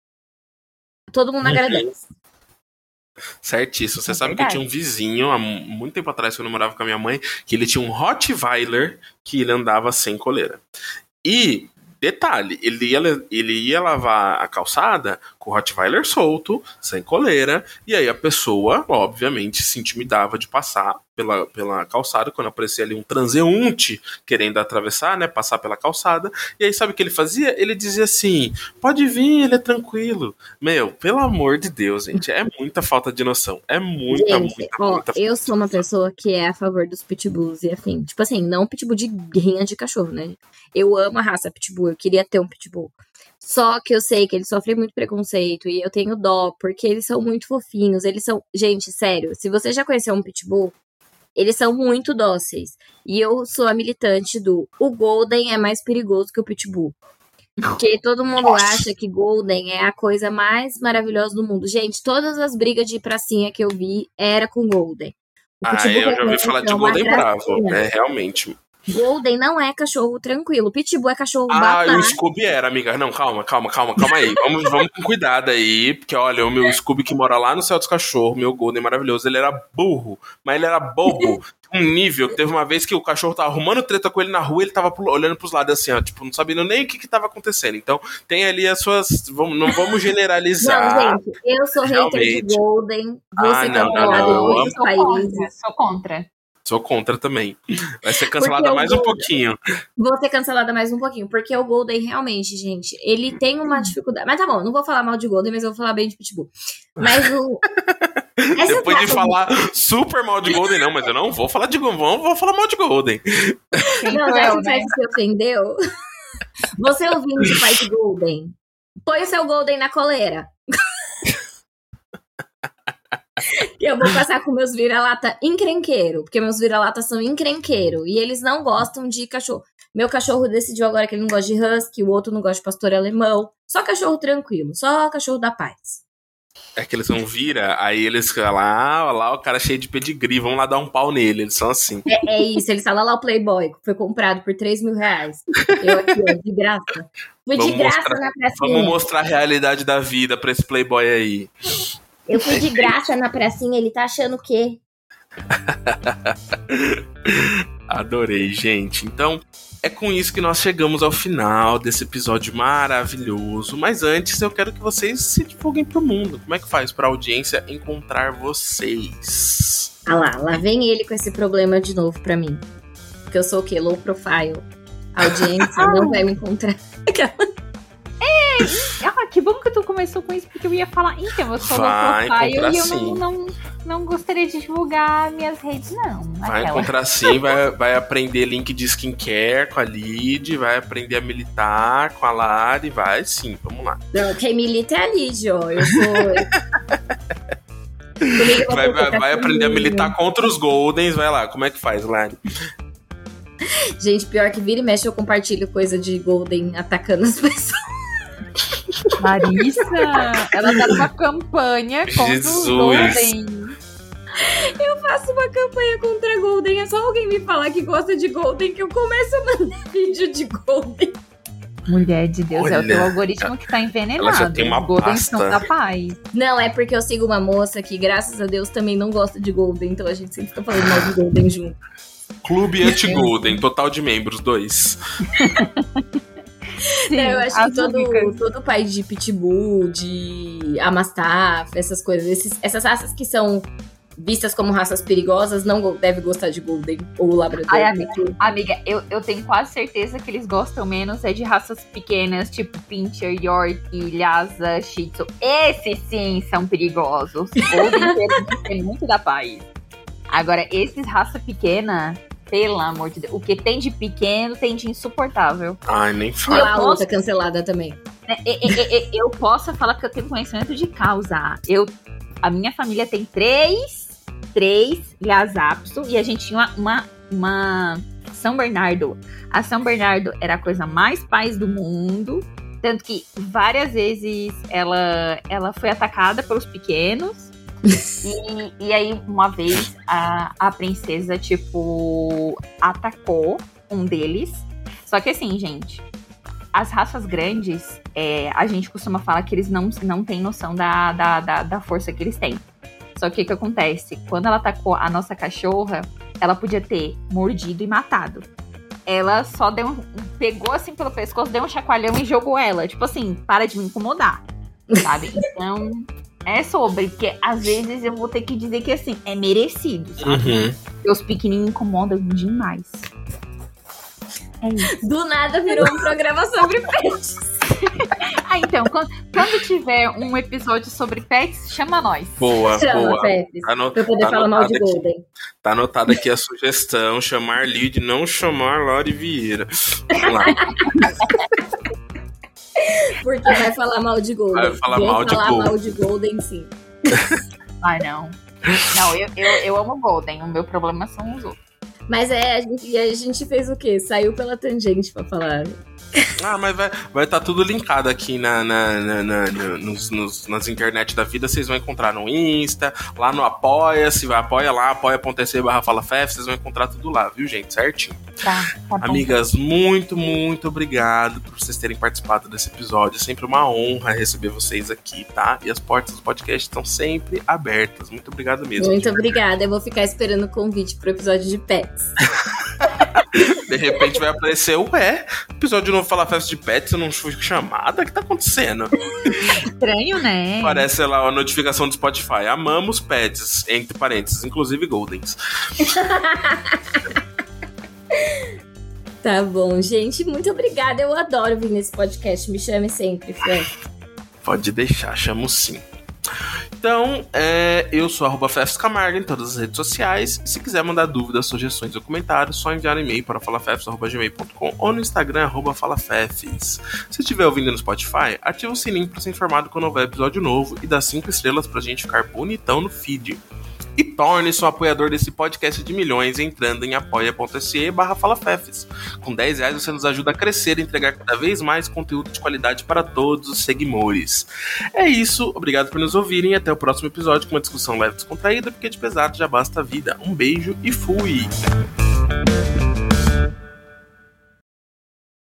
Speaker 2: Todo mundo agradece.
Speaker 1: Certíssimo. Você
Speaker 3: É
Speaker 1: sabe
Speaker 3: verdade.
Speaker 1: que eu tinha um vizinho, há muito tempo atrás, quando eu morava com a minha mãe, que ele tinha um Rottweiler que ele andava sem coleira. E, detalhe, ele ia lavar a calçada com o Rottweiler solto, sem coleira, e aí a pessoa, obviamente, se intimidava de passar pela calçada, quando aparecia ali um transeunte querendo atravessar, né, passar pela calçada, e aí sabe o que ele fazia? Ele dizia assim, pode vir, ele é tranquilo. Meu, pelo amor de Deus, gente, é muita falta de noção, é muita,
Speaker 2: Gente,
Speaker 1: muita
Speaker 2: ó,
Speaker 1: falta
Speaker 2: eu
Speaker 1: de
Speaker 2: sou uma pessoa que é a favor dos pitbulls e afim. Tipo assim, não pitbull de rinha de cachorro, né? Eu amo a raça pitbull, eu queria ter um pitbull. Só que eu sei que eles sofrem muito preconceito e eu tenho dó, porque eles são muito fofinhos, eles são... Gente, sério, se você já conheceu um pitbull, eles são muito dóceis. E eu sou a militante o Golden é mais perigoso que o pitbull. Porque todo mundo acha que Golden é a coisa mais maravilhosa do mundo. Gente, todas as brigas de pracinha que eu vi era com Golden. O pitbull
Speaker 1: eu
Speaker 2: que
Speaker 1: já ouvi
Speaker 2: conheço
Speaker 1: falar
Speaker 2: é
Speaker 1: de
Speaker 2: uma
Speaker 1: Golden Bravo,
Speaker 2: gracinha.
Speaker 1: realmente.
Speaker 2: Golden não é cachorro tranquilo. Pitbull é cachorro
Speaker 1: E o
Speaker 2: babaca.
Speaker 1: Scooby era, amiga. Não, calma aí. Vamos com cuidado aí, porque olha, o meu Scooby que mora lá no céu dos cachorros, meu Golden maravilhoso, ele era burro, mas ele era bobo. Um nível, teve uma vez que o cachorro tava arrumando treta com ele na rua, ele tava olhando pros lados assim, ó, tipo, não sabendo nem o que tava acontecendo. Então, tem ali as suas... Não vamos generalizar.
Speaker 2: Não, gente, eu sou hater de
Speaker 1: realmente.
Speaker 2: Golden. Vou ser
Speaker 1: não,
Speaker 2: cancelada em
Speaker 1: eu
Speaker 2: muitos países.
Speaker 3: Sou contra.
Speaker 1: Sou contra também. Vai ser cancelada
Speaker 2: Porque o
Speaker 1: mais um
Speaker 2: Golden-
Speaker 1: pouquinho.
Speaker 2: Vou ser cancelada mais um pouquinho, porque o Golden realmente, gente, ele tem uma dificuldade. Mas tá bom, não vou falar mal de Golden, mas eu vou falar bem de Pitbull. Mas o... Essa
Speaker 1: Depois de
Speaker 2: taça
Speaker 1: falar super mal de Golden, não, mas eu não vou falar de Golden, vou falar mal de Golden.
Speaker 2: Não,
Speaker 3: Não,
Speaker 2: essa
Speaker 3: né?
Speaker 2: taça se ofendeu. Você ouvindo de pai de Golden, põe o seu Golden na coleira. Eu vou passar com meus vira-lata encrenqueiro, porque meus vira-lata são encrenqueiro, e eles não gostam de cachorro. Meu cachorro decidiu agora que ele não gosta de husky, o outro não gosta de pastor alemão. Só cachorro tranquilo, só cachorro da paz.
Speaker 1: É que eles não vira, aí eles ficam lá, ó lá o cara cheio de pedigree, vamos lá dar um pau nele, eles são assim.
Speaker 2: É isso, eles falam lá o Playboy, que foi comprado por R$3.000. Eu aqui, ó, de graça. Fui de graça na pracinha.
Speaker 1: Vamos mostrar a realidade da vida pra esse Playboy aí.
Speaker 2: Eu fui de graça na pracinha, ele tá achando o quê?
Speaker 1: Adorei, gente. Então, é com isso que nós chegamos ao final desse episódio maravilhoso. Mas antes, eu quero que vocês se divulguem pro mundo. Como é que faz pra audiência encontrar vocês?
Speaker 2: Ah lá vem ele com esse problema de novo pra mim. Porque eu sou o quê? Low profile. A audiência não vai me encontrar.
Speaker 3: Que bom que tu começou com isso, porque eu ia falar, então, eu sou low profile e eu não gostaria de divulgar minhas redes, não.
Speaker 1: Vai encontrar sim, vai aprender link de skincare com a Lid, vai aprender a militar com a Lari, vai sim, vamos lá.
Speaker 2: Não, quem milita é a Lid, ó. Eu sou...
Speaker 1: vai aprender a militar contra os Goldens, vai lá, como é que faz, Lari?
Speaker 2: Gente, pior que vira e mexe eu compartilho coisa de Golden atacando as pessoas.
Speaker 3: Larissa, ela tá numa campanha contra os Golden.
Speaker 2: Eu faço uma campanha contra Golden. É só alguém me falar que gosta de Golden que eu começo a mandar vídeo de Golden.
Speaker 3: Mulher de Deus,
Speaker 1: olha,
Speaker 3: é o teu algoritmo que tá envenenado.
Speaker 1: Ela já tem uma
Speaker 3: Golden
Speaker 1: pasta.
Speaker 3: são da paz.
Speaker 2: Não, é porque eu sigo uma moça que, graças a Deus, também não gosta de Golden. Então a gente sempre fica falando mal de Golden junto.
Speaker 1: Clube anti-Golden, total de membros, 2.
Speaker 3: Sim,
Speaker 2: eu acho que todo pai de Pitbull, de Amastaff, essas coisas, essas raças que são vistas como raças perigosas, não deve gostar de Golden ou Labrador.
Speaker 3: Ai, amiga, eu tenho quase certeza que eles gostam menos de raças pequenas, tipo Pinscher, York, Lhasa, Shih Tzu. Esses sim são perigosos. Golden tem muito da paz. Agora, esses raça pequena, pelo amor de Deus, o que tem de pequeno tem de insuportável.
Speaker 1: Ai, nem
Speaker 2: E
Speaker 1: fala.
Speaker 2: a outra cancelada também.
Speaker 3: Eu posso falar que eu tenho conhecimento de causa. A minha família tem três Lhasa Apso e a gente tinha uma São Bernardo. A São Bernardo era a coisa mais paz do mundo. Tanto que várias vezes ela foi atacada pelos pequenos. E aí, uma vez, a princesa, tipo, atacou um deles. Só que assim, gente, as raças grandes, a gente costuma falar que eles não têm noção da força que eles têm. Só que o que acontece? Quando ela atacou a nossa cachorra, ela podia ter mordido e matado. Ela só pegou assim pelo pescoço, deu um chacoalhão e jogou ela. Tipo assim, para de me incomodar, sabe? Então... É sobre, porque às vezes eu vou ter que dizer que assim, é merecido, sabe?
Speaker 1: Uhum.
Speaker 3: Porque os pequenininhos incomodam demais. É isso.
Speaker 2: Do nada virou um programa sobre pets.
Speaker 3: Então, quando tiver um episódio sobre pets, chama nós.
Speaker 1: Boa,
Speaker 2: Chama,
Speaker 1: boa.
Speaker 2: Pets. Pra eu poder falar mal de Golden.
Speaker 1: Tá anotada aqui a sugestão, chamar Lid, não chamar Lori Vieira. Vamos lá.
Speaker 2: Porque vai falar mal de Golden.
Speaker 1: Vai falar mal de
Speaker 2: Golden, sim.
Speaker 3: Ai, não. Não, eu amo Golden. O meu problema são os outros.
Speaker 2: Mas a gente fez o quê? Saiu pela tangente pra falar.
Speaker 1: Ah, mas vai estar tudo linkado aqui nas internet da vida. Vocês vão encontrar no Insta, lá no Apoia-se, vai apoia lá, apoia.se/FalaFef, vocês vão encontrar tudo lá, viu, gente? Certinho.
Speaker 3: Tá bom.
Speaker 1: Amigas, muito, muito obrigado por vocês terem participado desse episódio. É sempre uma honra receber vocês aqui, tá? E as portas do podcast estão sempre abertas. Muito obrigado mesmo.
Speaker 2: Muito obrigada. Eu vou ficar esperando o convite pro episódio de pets.
Speaker 1: De repente vai aparecer, episódio novo Fala Festa de Pets, eu não fui chamada? O que tá acontecendo?
Speaker 3: Estranho, né?
Speaker 1: Parece lá a notificação do Spotify. Amamos pets, entre parênteses, inclusive Goldens.
Speaker 2: Tá bom, gente. Muito obrigada. Eu adoro vir nesse podcast. Me chame sempre, Fran.
Speaker 1: Pode deixar, chamo sim. Então Então, eu sou @FefsCamargo em todas as redes sociais. E se quiser mandar dúvidas, sugestões ou comentários, só enviar um e-mail para falafefs@gmail.com ou no Instagram @falafefs. Se estiver ouvindo no Spotify, ativa o sininho para ser informado quando houver episódio novo e dá 5 estrelas pra gente ficar bonitão no feed. E torne-se um apoiador desse podcast de milhões entrando em apoia.se/falafefs. Com R$10 você nos ajuda a crescer e entregar cada vez mais conteúdo de qualidade para todos os seguidores. É isso, obrigado por nos ouvirem e até o próximo episódio com uma discussão leve e descontraída, porque de pesado já basta a vida. Um beijo e fui!